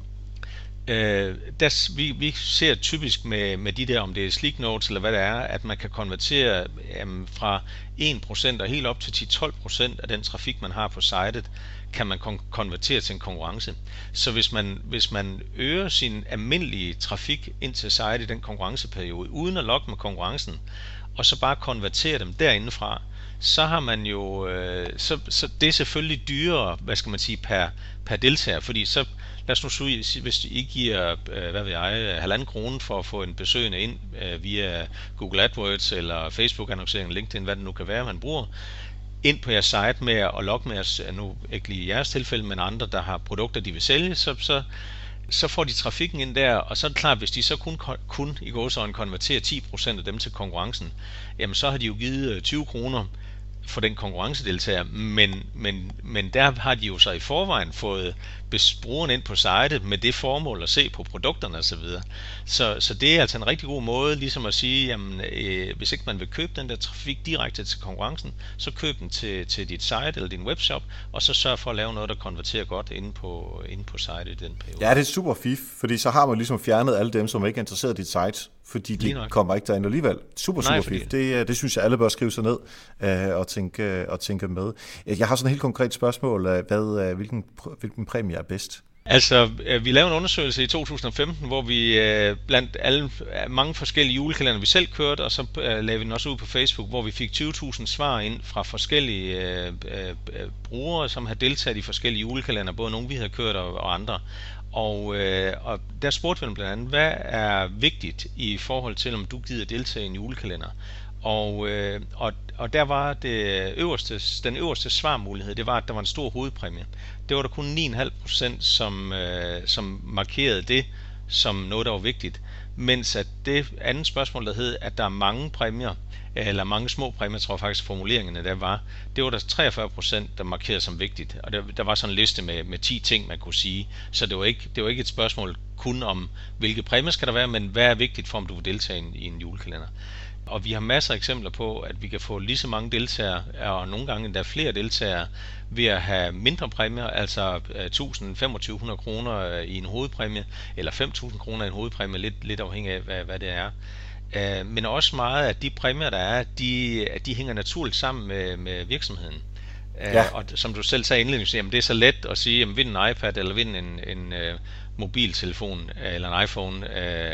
Vi ser typisk med de der, om det er sleek notes eller hvad det er, at man kan konvertere fra 1% og helt op til 10-12% af den trafik, man har på sitet, kan man konvertere til en konkurrence. Så hvis man øger sin almindelige trafik ind til site i den konkurrenceperiode, uden at logge med konkurrencen, og så bare konvertere dem derindefra, så har man jo, så det er selvfølgelig dyrere, hvad skal man sige, per deltager, fordi så lad os nu sige, hvis I giver, 1,5 kroner for at få en besøgende ind via Google AdWords eller Facebook-annoncering, LinkedIn, hvad det nu kan være, man bruger, ind på jeres site med at logge med os, nu ikke lige i jeres tilfælde, men andre, der har produkter, de vil sælge, så får de trafikken ind der, og så er det klart, hvis de så kun i gåseøjne konverterer 10% af dem til konkurrencen, jamen så har de jo givet 20 kroner for den konkurrencedeltager, men der har de jo så i forvejen fået brugerne ind på sitet med det formål at se på produkterne osv. Så det er altså en rigtig god måde ligesom at sige, jamen, hvis ikke man vil købe den der trafik direkte til konkurrencen, så køb den til dit site eller din webshop, og så sørg for at lave noget, der konverterer godt inde på sitet i den periode. Ja, det er super fif, fordi så har man ligesom fjernet alle dem, som ikke er interesseret i dit site, fordi de kommer ikke derind alligevel. Super fif. Det synes jeg, alle bør skrive sig ned og tænke med. Jeg har sådan et helt konkret spørgsmål. Hvilken præmie er bedst? Altså, vi lavede en undersøgelse i 2015, hvor vi blandt mange forskellige julekalender, vi selv kørte, og så lavede vi den også ud på Facebook, hvor vi fik 20.000 svar ind fra forskellige brugere, som har deltaget i forskellige julekalender, både nogle vi havde kørt og andre. Og der spurgte vi dem blandt andet, hvad er vigtigt i forhold til, om du gider deltage i en julekalender? Og der var den øverste svarmulighed, det var, at der var en stor hovedpræmie. Det var der kun 9,5%, som markerede det som noget, der var vigtigt. Mens at det andet spørgsmål, der hed, at der er mange præmier, eller mange små præmier, tror jeg faktisk formuleringerne der var, det var der 43%, der markerede som vigtigt. Og der var sådan en liste med 10 ting, man kunne sige. Så det var ikke et spørgsmål kun om, hvilke præmier skal der være, men hvad er vigtigt for, om du vil deltage i en julekalender. Og vi har masser af eksempler på, at vi kan få lige så mange deltagere, og nogle gange endda flere deltagere, ved at have mindre præmier, altså 1.000-2.500 kroner i en hovedpræmie, eller 5.000 kroner i en hovedpræmie, lidt afhængig af, hvad det er. Men også meget af de præmier, der er, de hænger naturligt sammen med virksomheden. Ja. Og som du selv sagde indledningsvis, jamen det er så let at sige, jamen vind en iPad, eller vind en mobiltelefon, eller en iPhone,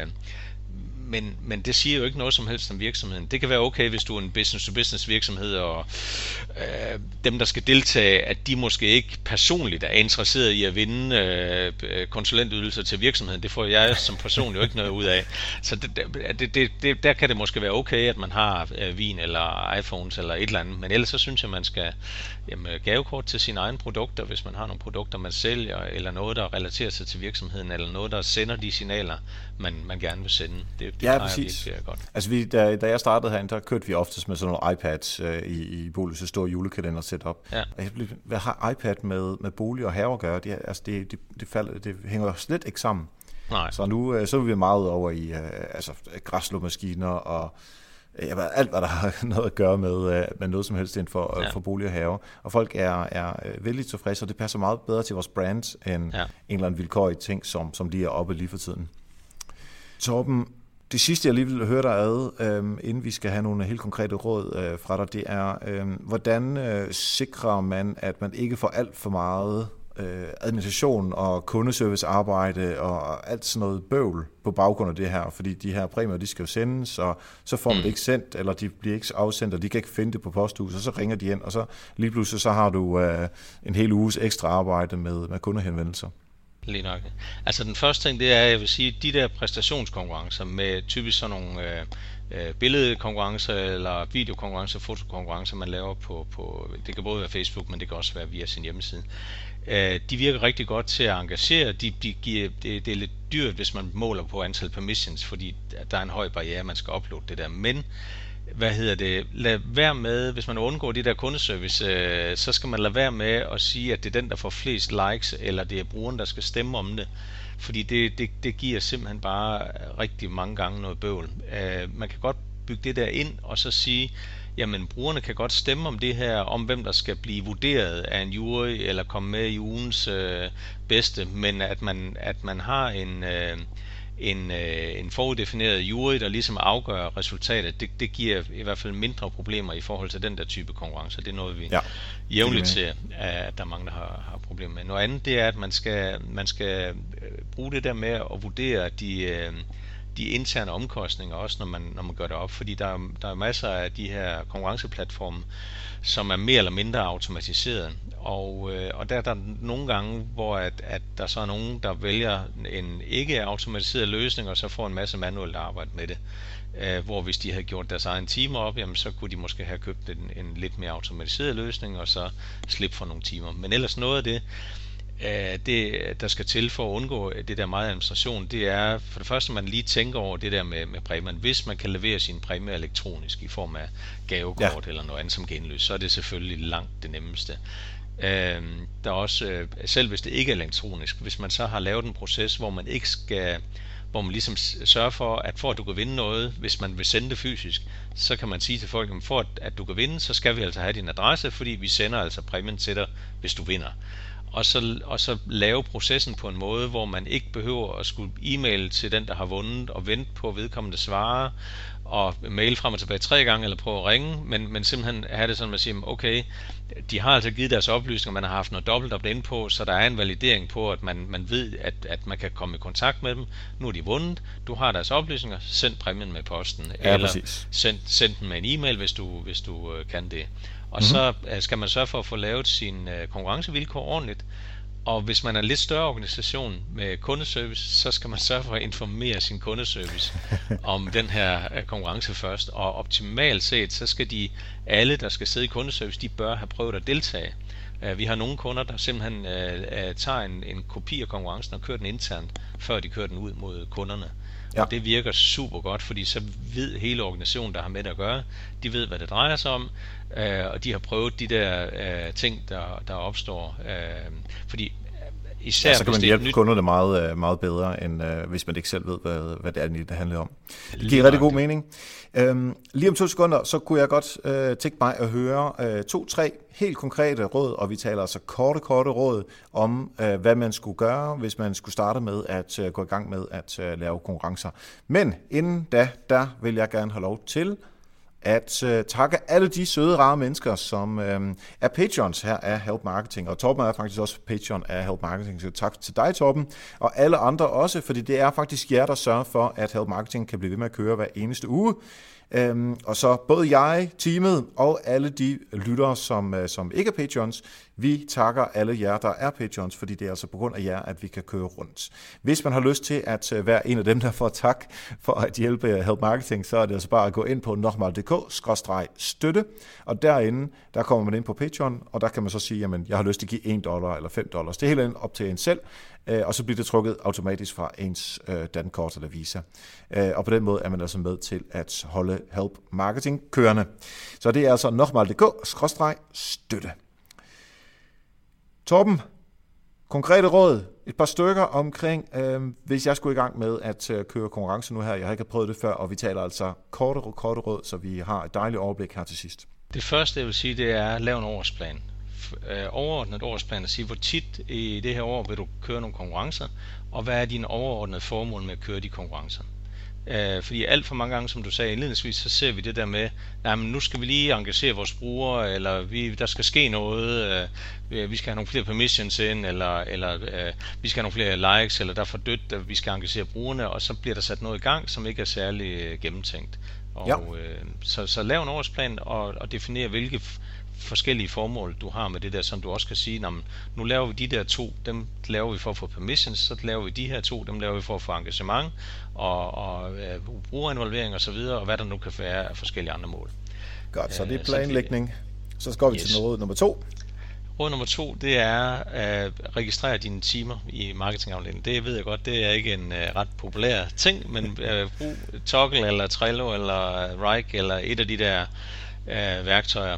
men det siger jo ikke noget som helst om virksomheden. Det kan være okay, hvis du er en business-to-business virksomhed, og dem, der skal deltage, at de måske ikke personligt er interesseret i at vinde konsulentydelser til virksomheden. Det får jeg som person jo ikke noget ud af. Så der kan det måske være okay, at man har vin eller iPhones eller et eller andet. Men ellers så synes jeg, man skal gavekort til sine egne produkter, hvis man har nogle produkter, man sælger, eller noget, der relaterer sig til virksomheden, eller noget, der sender de signaler, man gerne vil sende. Det ja, præcis. Godt. Altså da jeg startede herinde, der kørte vi oftest med sådan nogle iPads i Bolus' store julekalender setup. Ja. Hvad har iPad med bolig og have at gøre? Det hænger slet ikke sammen. Nej. Så nu så er vi meget over i græsslåmaskiner og alt, hvad der har noget at gøre med noget som helst inden for bolig og have. Og folk er vældig tilfredse, og det passer meget bedre til vores brand end en eller anden vilkårlig ting, som lige er oppe lige for tiden. Torben, det sidste, jeg lige vil høre dig ad, inden vi skal have nogle helt konkrete råd fra dig, det er, hvordan sikrer man, at man ikke får alt for meget administration og kundeservicearbejde og alt sådan noget bøvl på baggrund af det her, fordi de her præmier, de skal jo sendes, og så får man det ikke sendt, eller de bliver ikke afsendt, og de kan ikke finde det på posthuset, og så ringer de ind, og så lige pludselig så har du en hel uges ekstra arbejde med kundehenvendelser. Lige nok. Altså den første ting, det er, jeg vil sige, de der præstationskonkurrencer med typisk sådan nogle billedkonkurrencer eller videokonkurrencer, fotokonkurrencer, man laver på det kan både være Facebook, men det kan også være via sin hjemmeside. De virker rigtig godt til at engagere. Det er lidt dyrt, hvis man måler på antal permissions, fordi der er en høj barriere, man skal uploade det der. Men lad være med, hvis man undgår de der kundeservice, så skal man lade være med at sige, at det er den, der får flest likes, eller det er brugeren, der skal stemme om det. Fordi det giver simpelthen bare rigtig mange gange noget bøvl. Man kan godt bygge det der ind, og så sige, jamen brugerne kan godt stemme om det her, om hvem der skal blive vurderet af en jury, eller komme med i ugens bedste, men at man har en foruddefineret jury, der ligesom afgør resultatet, det giver i hvert fald mindre problemer i forhold til den der type konkurrencer. Det er noget, vi jævnligt ser, at der er mange, der har problemer med. Noget andet, det er, at man skal bruge det der med at vurdere de interne omkostninger også, når man gør det op, fordi der er masser af de her konkurrenceplatforme, som er mere eller mindre automatiseret, og der er der nogle gange, hvor at der så er nogen, der vælger en ikke automatiseret løsning, og så får en masse manuelt arbejde med det, hvor hvis de havde gjort deres egen timer op, jamen så kunne de måske have købt en lidt mere automatiseret løsning, og så slippe for nogle timer. Men ellers noget af det, der skal til for at undgå det der meget administration, det er for det første, man lige tænker over det der med præmier. Hvis man kan levere sin præmie elektronisk i form af gavekort eller noget andet som genløs, så er det selvfølgelig langt det nemmeste. Der er også, selv hvis det ikke er elektronisk, hvis man så har lavet en proces, hvor man ligesom sørger for at du kan vinde noget, hvis man vil sende det fysisk, så kan man sige til folk, at for at du kan vinde, så skal vi altså have din adresse, fordi vi sender altså præmien til dig, hvis du vinder. Og så lave processen på en måde, hvor man ikke behøver at skulle e-mail til den, der har vundet, og vente på vedkommende svarer, og mail frem og tilbage 3 gange, eller prøve at ringe, men simpelthen have det sådan, at man siger, okay, de har altså givet deres oplysninger, man har haft noget dobbelt op ind på, så der er en validering på, at man ved, at man kan komme i kontakt med dem. Nu er de vundet, du har deres oplysninger, send præmien med posten, eller send den med en e-mail, hvis du kan det. Og så skal man sørge for at få lavet sine konkurrencevilkår ordentligt, Og hvis man er en lidt større organisation med kundeservice, så skal man sørge for at informere sin kundeservice om den her konkurrence først. Og optimalt set, så skal alle, der skal sidde i kundeservice, de bør have prøvet at deltage. Vi har nogle kunder, der simpelthen tager en kopi af konkurrencen og kører den internt, før de kører den ud mod kunderne. Ja. Og det virker super godt, fordi så ved hele organisationen, der har med det at gøre, de ved, hvad det drejer sig om, og de har prøvet de der ting, der opstår. Fordi især så kan man hjælpe kunderne meget, meget bedre, end hvis man ikke selv ved, hvad det er, det handler om. Det giver rigtig god mening. Lige om 2 sekunder, så kunne jeg godt tænke mig at høre 2-3 helt konkrete råd, og vi taler altså korte råd om, hvad man skulle gøre, hvis man skulle starte med at gå i gang med at lave konkurrencer. Men inden da, der vil jeg gerne have lov til at takke alle de søde, rare mennesker, som er patrons her af Help Marketing. Og Torben er faktisk også patron af Help Marketing, så tak til dig, Torben, og alle andre også, fordi det er faktisk jer, der sørger for, at Help Marketing kan blive ved med at køre hver eneste uge. Og så både jeg, teamet og alle de lyttere, som ikke er patrons, vi takker alle jer, der er patrons, fordi det er altså på grund af jer, at vi kan køre rundt. Hvis man har lyst til at være en af dem, der får tak for at hjælpe Help Marketing, så er det altså bare at gå ind på nokmal.dk/støtte, og derinde, der kommer man ind på Patreon, og der kan man så sige, jamen, jeg har lyst til at give $1 eller $5. Det er helt op til en selv, og så bliver det trukket automatisk fra ens dankort eller Visa. Og på den måde er man altså med til at holde Help Marketing kørende. Så det er altså nokmal.dk/støtte. Torben, konkrete råd, et par stykker omkring, hvis jeg skulle i gang med at køre konkurrence nu her. Jeg har ikke prøvet det før, og vi taler altså korte råd, så vi har et dejligt overblik her til sidst. Det første, jeg vil sige, det er at lave en årsplan. Overordnet årsplan at sige, hvor tit i det her år vil du køre nogle konkurrencer, og hvad er dine overordnede formål med at køre de konkurrencer. Fordi alt for mange gange, som du sagde indledningsvis, så ser vi det der med, jamen nu skal vi lige engagere vores brugere, eller der skal ske noget, vi skal have nogle flere permissions ind, eller vi skal have nogle flere likes, eller der er for dødt, at vi skal engagere brugerne, og så bliver der sat noget i gang, som ikke er særlig gennemtænkt. Og, ja. Så lav en årsplan og definere, hvilke forskellige formål du har med det der, som du også kan sige, nu laver vi de der 2, dem laver vi for at få permissions, så laver vi de her 2, dem laver vi for at få engagement og brugerinvolvering og så videre, og hvad der nu kan være af forskellige andre mål. Godt, så det er planlægning. Så går vi til råd nummer 2. Råd nummer 2, det er at registrere dine timer i marketingafdelingen. Det ved jeg godt, det er ikke en ret populær ting, men brug Toggle eller Trello eller Rike eller et af de der værktøjer,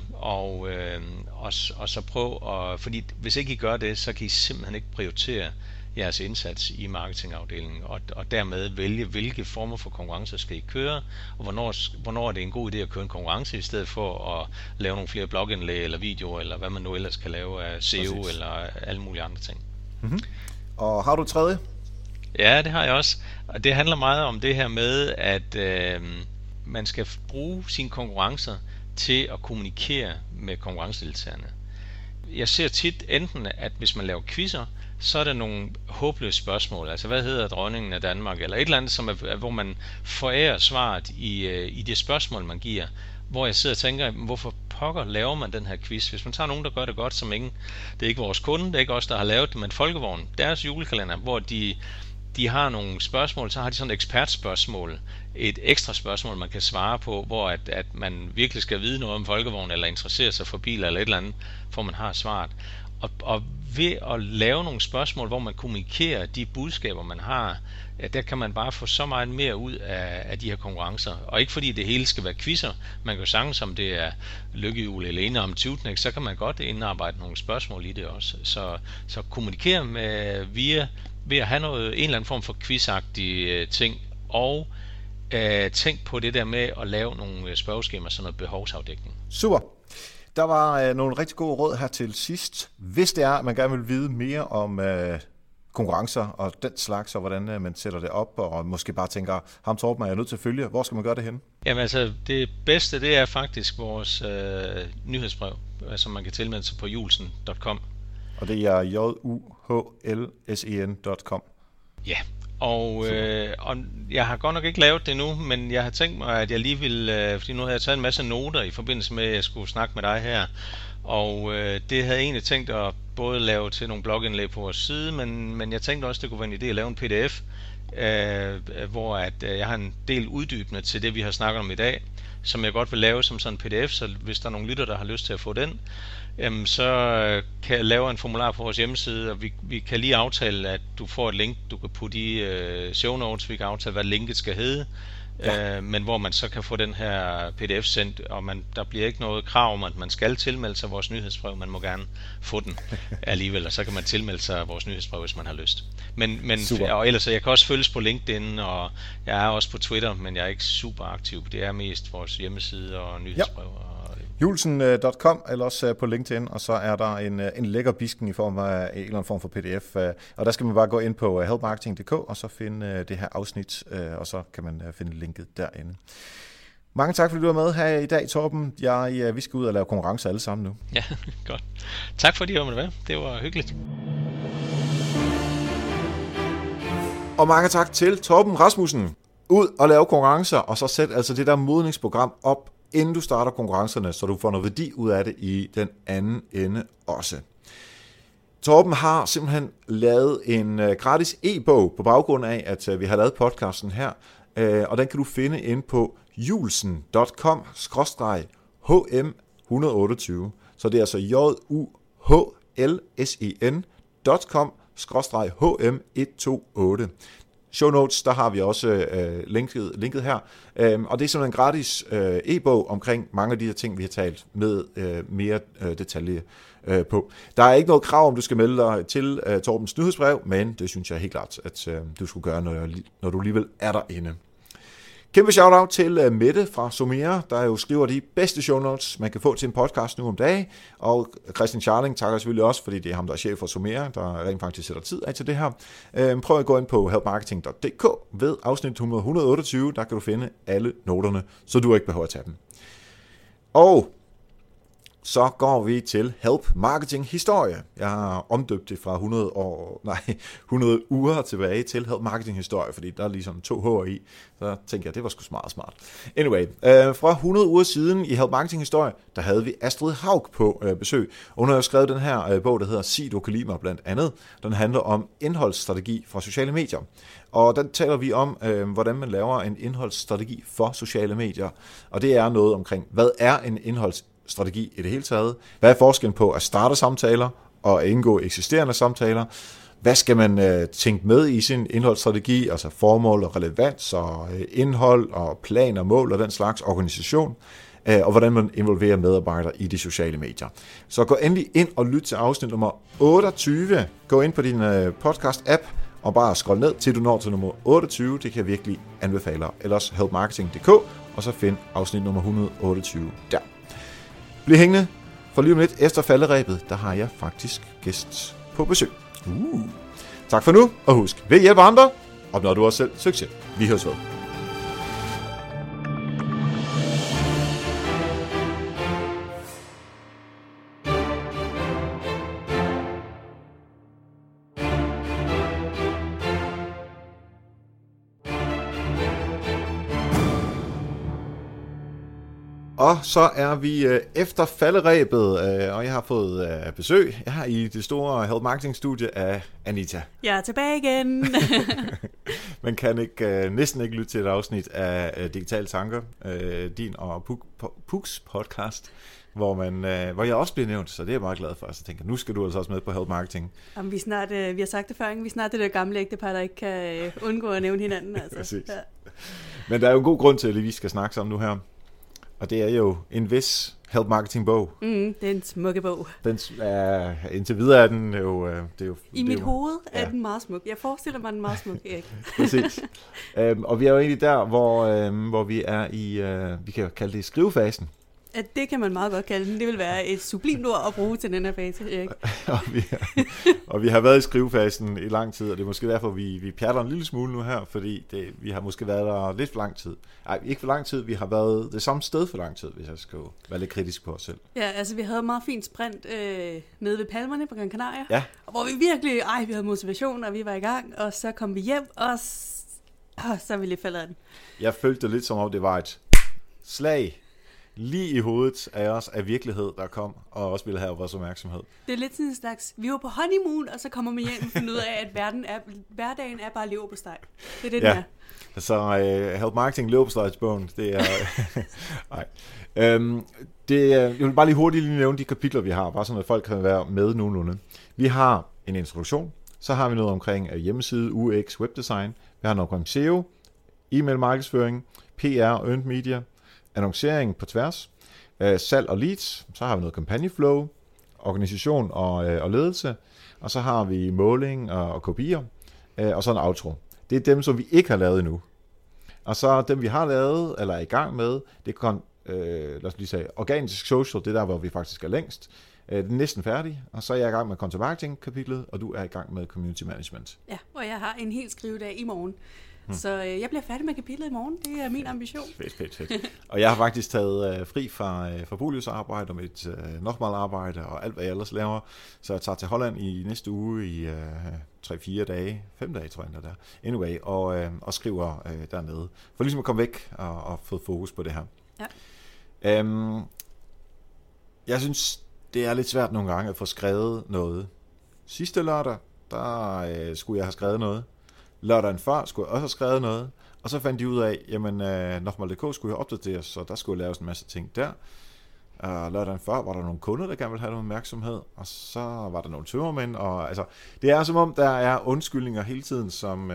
og så prøv at, fordi hvis ikke I gør det, så kan I simpelthen ikke prioritere jeres indsats i marketingafdelingen, og dermed vælge, hvilke former for konkurrencer skal I køre, og hvornår er det en god idé at køre en konkurrence, i stedet for at lave nogle flere blogindlæg eller videoer, eller hvad man nu ellers kan lave af SEO. Præcis. Eller alle mulige andre ting. Mm-hmm. Og har du et tredje? Ja, det har jeg også, og det handler meget om det her med, at man skal bruge sine konkurrencer til at kommunikere med konkurrencedeltagerne. Jeg ser tit enten, at hvis man laver quizzer, så er der nogle håbløse spørgsmål, altså hvad hedder dronningen af Danmark, eller et eller andet, hvor man forærer svaret i det spørgsmål, man giver, hvor jeg sidder og tænker, hvorfor pokker laver man den her quiz? Hvis man tager nogen, der gør det godt, som ingen, det er ikke vores kunde, det er ikke os, der har lavet det, men Folkevogn, deres julekalender, hvor de har nogle spørgsmål, så har de sådan et ekspertspørgsmål, et ekstra spørgsmål, man kan svare på, hvor at man virkelig skal vide noget om Folkevogn, eller interessere sig for biler, eller et eller andet, hvor man har svaret. Og ved at lave nogle spørgsmål, hvor man kommunikerer de budskaber, man har, der kan man bare få så meget mere ud af de her konkurrencer. Og ikke fordi det hele skal være quizzer, man kan jo sagtens, som det er lykkehjul eller ene om Tutnek, så kan man godt indarbejde nogle spørgsmål i det også. Så kommunikere med ved at have en eller anden form for quizagtige ting, og tænk på det der med at lave nogle spørgeskemaer, sådan noget behovsafdækning. Super. Der var nogle rigtig gode råd her til sidst. Hvis det er, at man gerne vil vide mere om konkurrencer og den slags, og hvordan man sætter det op, og måske bare tænker, ham Torben er jeg nødt til at følge. Hvor skal man gøre det hen? Jamen altså, det bedste, det er faktisk vores nyhedsbrev, som man kan tilmelde sig på julesen.com. Og det er juhlsen.com. Ja, og jeg har godt nok ikke lavet det nu, men jeg har tænkt mig, at jeg lige vil, fordi nu har jeg taget en masse noter i forbindelse med, at jeg skulle snakke med dig her, Og det havde jeg egentlig tænkt at både lave til nogle blogindlæg på vores side, men jeg tænkte også, det kunne være en idé at lave en pdf, hvor at jeg har en del uddybende til det, vi har snakket om i dag, som jeg godt vil lave som sådan en pdf, så hvis der er nogle lytter, der har lyst til at få den, så kan jeg lave en formular på vores hjemmeside, og vi kan lige aftale, at du får et link, du kan putte i show notes, vi kan aftale, hvad linket skal hedde, men hvor man så kan få den her pdf sendt, og der bliver ikke noget krav om, at man skal tilmelde sig vores nyhedsbrev, man må gerne få den alligevel, og så kan man tilmelde sig vores nyhedsbrev, hvis man har lyst. Men og ellers, jeg kan også følges på LinkedIn, og jeg er også på Twitter, men jeg er ikke super aktiv. Det er mest vores hjemmeside og nyhedsbrev. Julesen.com eller også på LinkedIn, og så er der en lækker bisken i form af en eller anden form for pdf, og der skal man bare gå ind på helpmarketing.dk og så finde det her afsnit, og så kan man finde linket derinde. Mange tak, fordi du var med her i dag, Torben. Vi skal ud og lave konkurrencer alle sammen nu. Ja, godt. Tak fordi du var med. Det var hyggeligt. Og mange tak til Torben Rasmussen. Ud og lave konkurrencer, og så sæt altså det der modningsprogram op, inden du starter konkurrencerne, så du får noget værdi ud af det i den anden ende også. Torben har simpelthen lavet en gratis e-bog på baggrund af, at vi har lavet podcasten her, og den kan du finde inde på julesen.com/hm128. Så det er altså juhlsen.com/hm128. Show notes, der har vi også linket her, og det er sådan en gratis e-bog omkring mange af de her ting, vi har talt med mere detalje på. Der er ikke noget krav om, du skal melde dig til Torbens nyhedsbrev, men det synes jeg helt klart, at du skulle gøre, når du alligevel er derinde. Kæmpe shout-out til Mette fra Somera, der jo skriver de bedste show notes, man kan få til en podcast nu om dagen. Og Christian Charling takker selvfølgelig også, fordi det er ham, der er chef for Somera, der rent faktisk sætter tid af til det her. Prøv at gå ind på helpmarketing.dk ved afsnit 128, der kan du finde alle noterne, så du ikke behøver at tage dem. Og så går vi til Help Marketing Historie. Jeg har omdøbt det fra 100 uger tilbage til Help Marketing Historie, fordi der er ligesom 2 H'er i. Så tænker jeg, det var sgu smart. Anyway, fra 100 uger siden i Help Marketing Historie, der havde vi Astrid Haug på besøg. Hun har jo skrevet den her bog, der hedder Sig du kan lide mig, blandt andet. Den handler om indholdsstrategi fra sociale medier. Og den taler vi om, hvordan man laver en indholdsstrategi for sociale medier. Og det er noget omkring, hvad er en indholdsstrategi i det hele taget? Hvad er forskellen på at starte samtaler og indgå eksisterende samtaler? Hvad skal man tænke med i sin indholdsstrategi, altså formål og relevans og indhold og plan og mål og den slags organisation, og hvordan man involverer medarbejdere i de sociale medier. Så gå endelig ind og lyt til afsnit nummer 28. Gå ind på din podcast-app og bare scroll ned til du når til nummer 28. Det kan jeg virkelig anbefale. Ellers helpmarketing.dk og så find afsnit nummer 128 der. Bliv hængende, for lige om lidt efter falderebet, der har jeg faktisk gæst på besøg. Tak for nu, og husk, ved hjælpe andre, opnår du også selv succes. Vi høres ved. Og så er vi efter falderebet, og jeg har fået besøg her i det store Help Marketing studie af Anita. Jeg er tilbage igen. Man kan næsten ikke lytte til et afsnit af Digitale Tanker, din og Puks podcast, hvor jeg også bliver nævnt, så det er jeg meget glad for. Så jeg tænker, nu skal du altså også med på Help Marketing. Jamen, vi har sagt det før, ikke? Vi er snart det der gamle ægtepar, der ikke kan undgå at nævne hinanden. Altså. Præcis. Ja. Men der er jo en god grund til, at vi skal snakke sammen nu her. Og det er jo en vis Help Marketing bog. Det er en smukke bog. Indtil videre er den jo... I mit hoved er den meget smuk. Jeg forestiller mig, den er meget smuk, Erik. Præcis. Og vi er jo egentlig der, hvor vi er i... vi kan jo kalde det i skrivefasen. Ja, det kan man meget godt kalde den. Det vil være et sublimt ord at bruge til den her fase, Erik. og vi har været i skrivefasen i lang tid, og det er måske derfor, vi pjatter en lille smule nu her, fordi vi har måske været der lidt for lang tid. Nej, ikke for lang tid, vi har været det samme sted for lang tid, hvis jeg skal være lidt kritisk på os selv. Ja, altså vi havde et meget fint sprint nede ved Palmerne på Gran Canaria, ja. Hvor vi virkelig, vi havde motivation, og vi var i gang, og så kom vi hjem, og så er vi lidt faldet af den. Jeg følte det lidt som om, det var et slag lige i hovedet af os af virkelighed, der kom, og også ville have vores opmærksomhed. Det er lidt sådan en slags, vi var på honeymoon, og så kommer man hjem og finder ud af, at hverdagen er bare leverpostej. Det er det, den er. Så Help Marketing leverpostejsbogen, det er... Nej. Jeg vil bare lige hurtigt nævne de kapitler, vi har, bare sådan, at folk kan være med nogenlunde. Vi har en introduktion, så har vi noget omkring hjemmeside, UX, webdesign, vi har noget omkring SEO, e-mail markedsføring, PR, earned media, annoncering på tværs, salg og leads, så har vi noget kampagneflow, organisation og ledelse, og så har vi måling og kopier, og så en outro. Det er dem, som vi ikke har lavet endnu. Og så dem, vi har lavet, eller er i gang med, det kan, lad os lige sige, organisk social, det er der, hvor vi faktisk er længst. Det er næsten færdig, og så er jeg i gang med content marketing kapitlet, og du er i gang med community management. Ja, og jeg har en helt skrivedag i morgen. Så jeg bliver færdig med kapitlet i morgen. Det er min ambition. Fedt. Og jeg har faktisk taget fri fra Polius arbejde og mit Nochmal arbejde og alt, hvad jeg ellers laver. Så jeg tager til Holland i næste uge i 3-4 dage, 5 dage tror jeg, der. Anyway, og skriver dernede. For ligesom at komme væk og få fokus på det her. Ja. Jeg synes, det er lidt svært nogle gange at få skrevet noget. Sidste lørdag, der skulle jeg have skrevet noget. Lørdagen før skulle jeg også have skrevet noget, og så fandt de ud af, jamen Nochmal.dk skulle jo opdateres, så der skulle laves en masse ting der. Lørdagen før var der nogle kunder, der gerne ville have noget opmærksomhed, og så var der nogle tømmermænd, og altså, det er som om, der er undskyldninger hele tiden,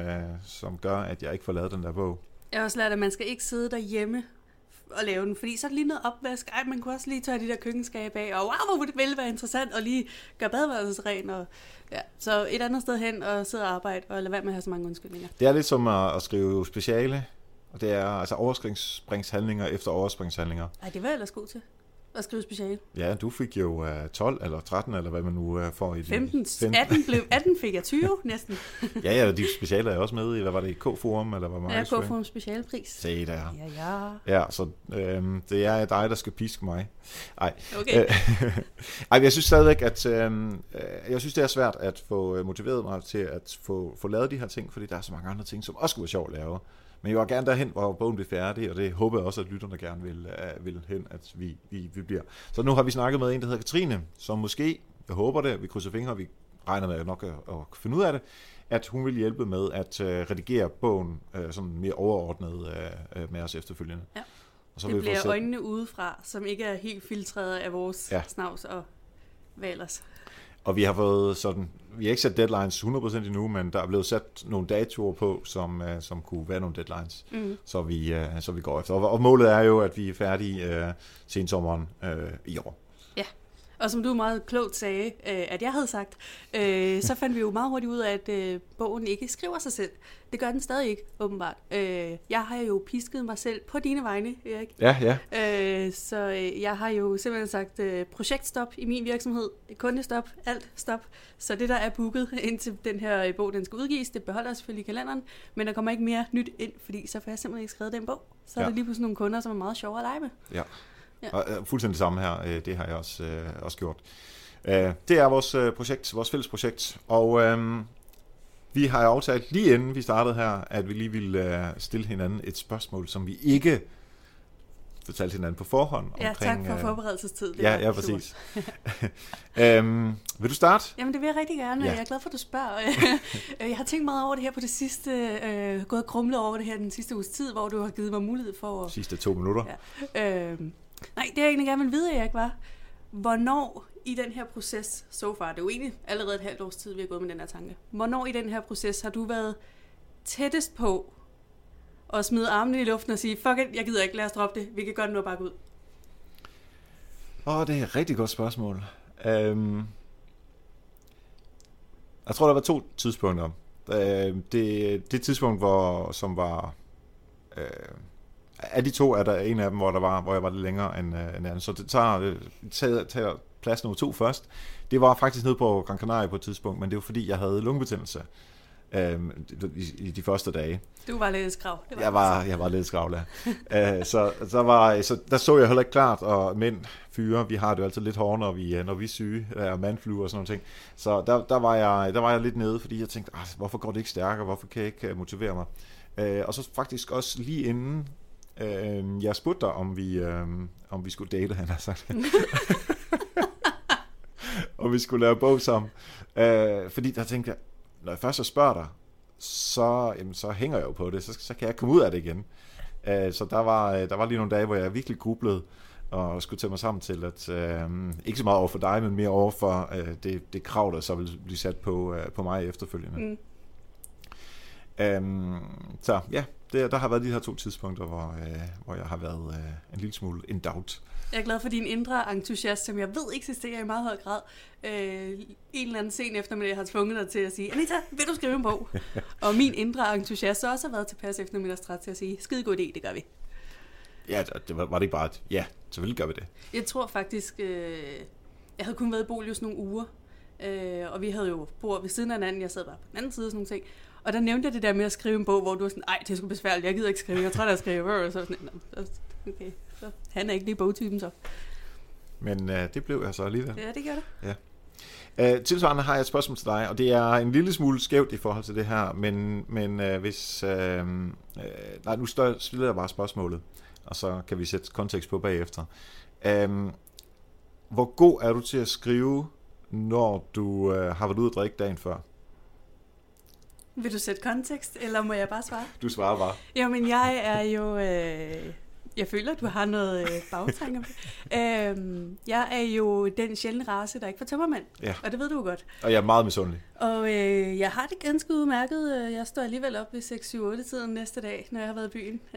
som gør, at jeg ikke får lavet den der bog. Jeg har også lært, at man skal ikke sidde derhjemme og lave den, fordi så er det lige noget opvask. Ej, man kunne også lige tage de der køkkenskab af, og wow, hvor det ville være interessant, og lige gøre badeværelsesren, og ja, så et andet sted hen og sidde og arbejde, og lade være med at have så mange undskyldninger. Det er lidt som at skrive speciale, og det er altså overspringshandlinger efter overspringshandlinger. Ej, det var jeg ellers god til. At skrive speciale. Ja, du fik jo 12 eller 13, eller hvad man nu får i 15. 18 fik jeg 20 næsten. Ja, de specialer er også med i, hvad var det, i K-forum, eller hvad var det? Ja, K-forum specialpris. Se der. Ja. Ja, så det er dig, der skal piske mig. Ej. Okay. Ej, jeg synes stadigvæk, at jeg synes, det er svært at få motiveret mig til at få lavet de her ting, fordi der er så mange andre ting, som også skulle være sjovt at lave. Men jeg var gerne derhen, hvor bogen bliver færdig, og det håber jeg også, at lytterne gerne vil hen, at vi bliver. Så nu har vi snakket med en, der hedder Katrine, som måske, jeg håber det, vi krydser fingre, vi regner med nok at finde ud af det, at hun vil hjælpe med at redigere bogen sådan mere overordnet med os efterfølgende. Ja. Og så det bliver øjnene udefra, som ikke er helt filtreret af vores snavs og hvad ellers. Og vi har fået sådan, vi har ikke sat deadlines 100% endnu, men der er blevet sat nogle datoer på, som kunne være nogle deadlines, så vi går efter. Og målet er jo, at vi er færdige sensommeren i år. Ja, og som du meget klogt sagde, at jeg havde sagt, så fandt vi jo meget hurtigt ud af, at bogen ikke skriver sig selv. Det gør den stadig ikke, åbenbart. Jeg har jo pisket mig selv på dine vegne, Erik. Ja. Så jeg har jo simpelthen sagt projektstop i min virksomhed, kundestop, alt stop. Så det, der er booket indtil den her bog, den skal udgives, det beholder jeg selvfølgelig i kalenderen, men der kommer ikke mere nyt ind, fordi så får jeg simpelthen ikke skrevet den bog. Så er det lige pludselig nogle kunder, som er meget sjovere at lege med. Ja. Og fuldstændig det samme her, det har jeg også gjort. Det er vores projekt, vores fælles projekt, og vi har aftalt lige inden vi startede her, at vi lige ville stille hinanden et spørgsmål, som vi ikke fortalte hinanden på forhånd. Ja, tak for forberedelsestid. Ja, præcis. Vil du starte? Jamen, det vil jeg rigtig gerne. Ja. Jeg er glad for, at du spørger. Jeg har tænkt meget over det her på det sidste, gået krumlet over det her den sidste uges tid, hvor du har givet mig mulighed for at... Sidste 2 minutter. Ja. Nej, det jeg egentlig gerne vil vide, Erik, var, hvornår i den her proces, so far, det er jo egentlig allerede et halvt års tid, vi har gået med den her tanke, hvornår i den her proces har du været tættest på at smide armene i luften og sige, fuck it, jeg gider ikke, lad os droppe det, vi kan gøre det nu og bakke ud? Det er et rigtig godt spørgsmål. Jeg tror, der var 2 tidspunkter. Det tidspunkt, som var... Af de 2 er der en af dem, hvor jeg var lidt længere end anden. Så det tager plads nummer 2 først. Det var faktisk nede på Gran Canaria på et tidspunkt, men det var fordi, jeg havde lungebetændelse i de første dage. Du var lidt skrav. Jeg var lidt skrav, ja. Så der så jeg heller ikke klart, og mænd, fyre, vi har det jo altid lidt hårdt, når vi er syge, og mandflyver og sådan noget ting. Så der var jeg lidt nede, fordi jeg tænkte, hvorfor går det ikke stærkere, hvorfor kan jeg ikke motivere mig? Og så faktisk også lige inden Jeg spurgte dig, om vi skulle date, han har sagt. Om vi skulle lave bog sammen. Fordi der tænkte jeg, når jeg først spørger dig, så hænger jeg jo på det, så kan jeg komme ud af det igen. Så der var lige nogle dage, hvor jeg virkelig grublede, og skulle tage mig sammen til, at ikke så meget over for dig, men mere over for det krav, der så vil blive sat på mig efterfølgende. Så ja, der har været de her 2 tidspunkter, hvor jeg har været en lille smule in doubt. Jeg er glad for din indre entusiast, som jeg ved eksisterer i meget høj grad. En eller anden sen eftermiddag har tvunget dig til at sige, Anita, vil du skrive en bog? Og min indre entusiast har også været tilpas eftermiddagstræt til at sige, skide god idé, det gør vi. Ja, det var det ikke bare et, ja, selvfølgelig gør vi det. Jeg tror faktisk, jeg havde kun været i Bolius nogle uger, og vi havde jo bord ved siden af hinanden, jeg sad bare på den anden side og sådan nogle ting. Og der nævnte jeg det der med at skrive en bog, hvor du var sådan, ej, det er sgu besværligt, jeg gider ikke skrive, jeg er træt af at skrive. Og så sådan, okay, så han er ikke lige bogtypen så. Men det blev jeg så alligevel. Ja, det gør det. Ja. Tilsvarende har jeg et spørgsmål til dig, og det er en lille smule skævt i forhold til det her, men hvis... nej, nu stiller jeg bare spørgsmålet, og så kan vi sætte kontekst på bagefter. Hvor god er du til at skrive, når du har været ude at drikke dagen før? Vil du sætte kontekst, eller må jeg bare svare? Du svarer bare. Jamen, jeg er jo... jeg føler, at du har noget bagtanker. Jeg er jo den sjældne race, der ikke får tømmermænd. Ja. Og det ved du godt. Og jeg er meget misundelig. Og jeg har det ganske udmærket. Jeg står alligevel op ved 6-7-8-tiden næste dag, når jeg har været i byen.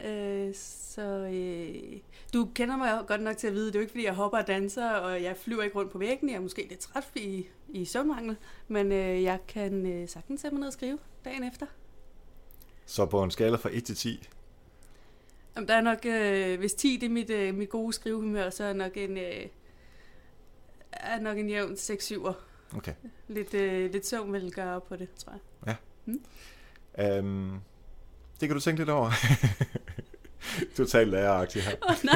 Du kender mig godt nok til at vide, det er jo ikke, fordi jeg hopper og danser, og jeg flyver ikke rundt på væggen. Jeg er måske lidt træt i søvnmangel, men jeg kan sagtens sætte mig ned og skrive dagen efter. Så på en skala fra 1 til 10? Jamen, der er nok, hvis 10 det er mit gode skrivehumør, så er nok en jævn 6-7'er. Okay. Lidt søvn vil gøre op på det, tror jeg. Ja. Det kan du tænke lidt over. Totalt læreragtigt her. Nej.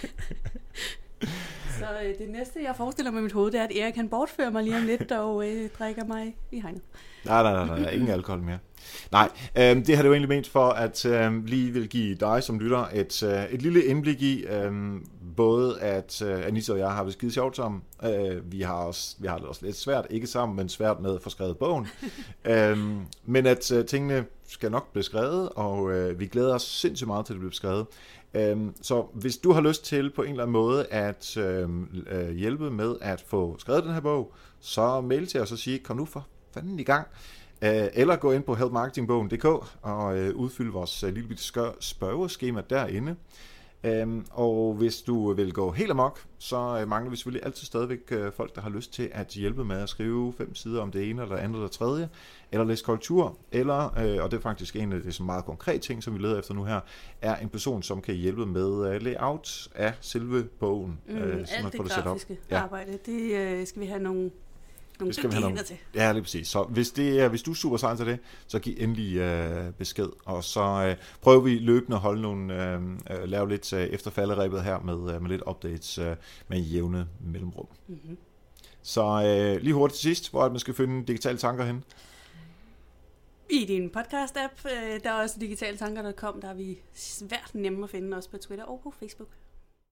Så det næste, jeg forestiller mig i mit hoved, det er, at Erik han bortfører mig lige om lidt og drikker mig i hegnet. Nej, ingen alkohol mere. Nej, det har det jo egentlig ment for, at lige vil give dig som lytter et lille indblik i, både at Anita og jeg har været skide sjovt sammen. Vi har det også lidt svært, ikke sammen, men svært med at få skrevet bogen. Men at tingene skal nok blive skrevet, og vi glæder os sindssygt meget til, at det bliver skrevet. Så hvis du har lyst til på en eller anden måde at hjælpe med at få skrevet den her bog, så mail til os og sige, kom nu for fanden i gang. Eller gå ind på helpmarketingbogen.dk og udfylde vores lille bitte spørgeskema derinde. Og hvis du vil gå helt amok, så mangler vi selvfølgelig altid stadigvæk folk, der har lyst til at hjælpe med at skrive 5 sider om det ene, eller det andet, eller tredje, eller læse korrektur, eller, og det er faktisk en af de meget konkrete ting, som vi leder efter nu her, er en person, som kan hjælpe med layout af selve bogen. Alt det grafiske arbejde, det skal vi have nogle til. Ja, lige præcis. Så hvis du er super sejt til det, så giv endelig besked. Og så prøver vi løbende at holde lave lidt efter falderebet her med lidt updates med jævne mellemrum. Mm-hmm. Så lige hurtigt til sidst, hvor man skal finde digitale tanker hen. I din podcast-app, der er også digitale tanker.com, der er vi svært nemme at finde også på Twitter og på Facebook.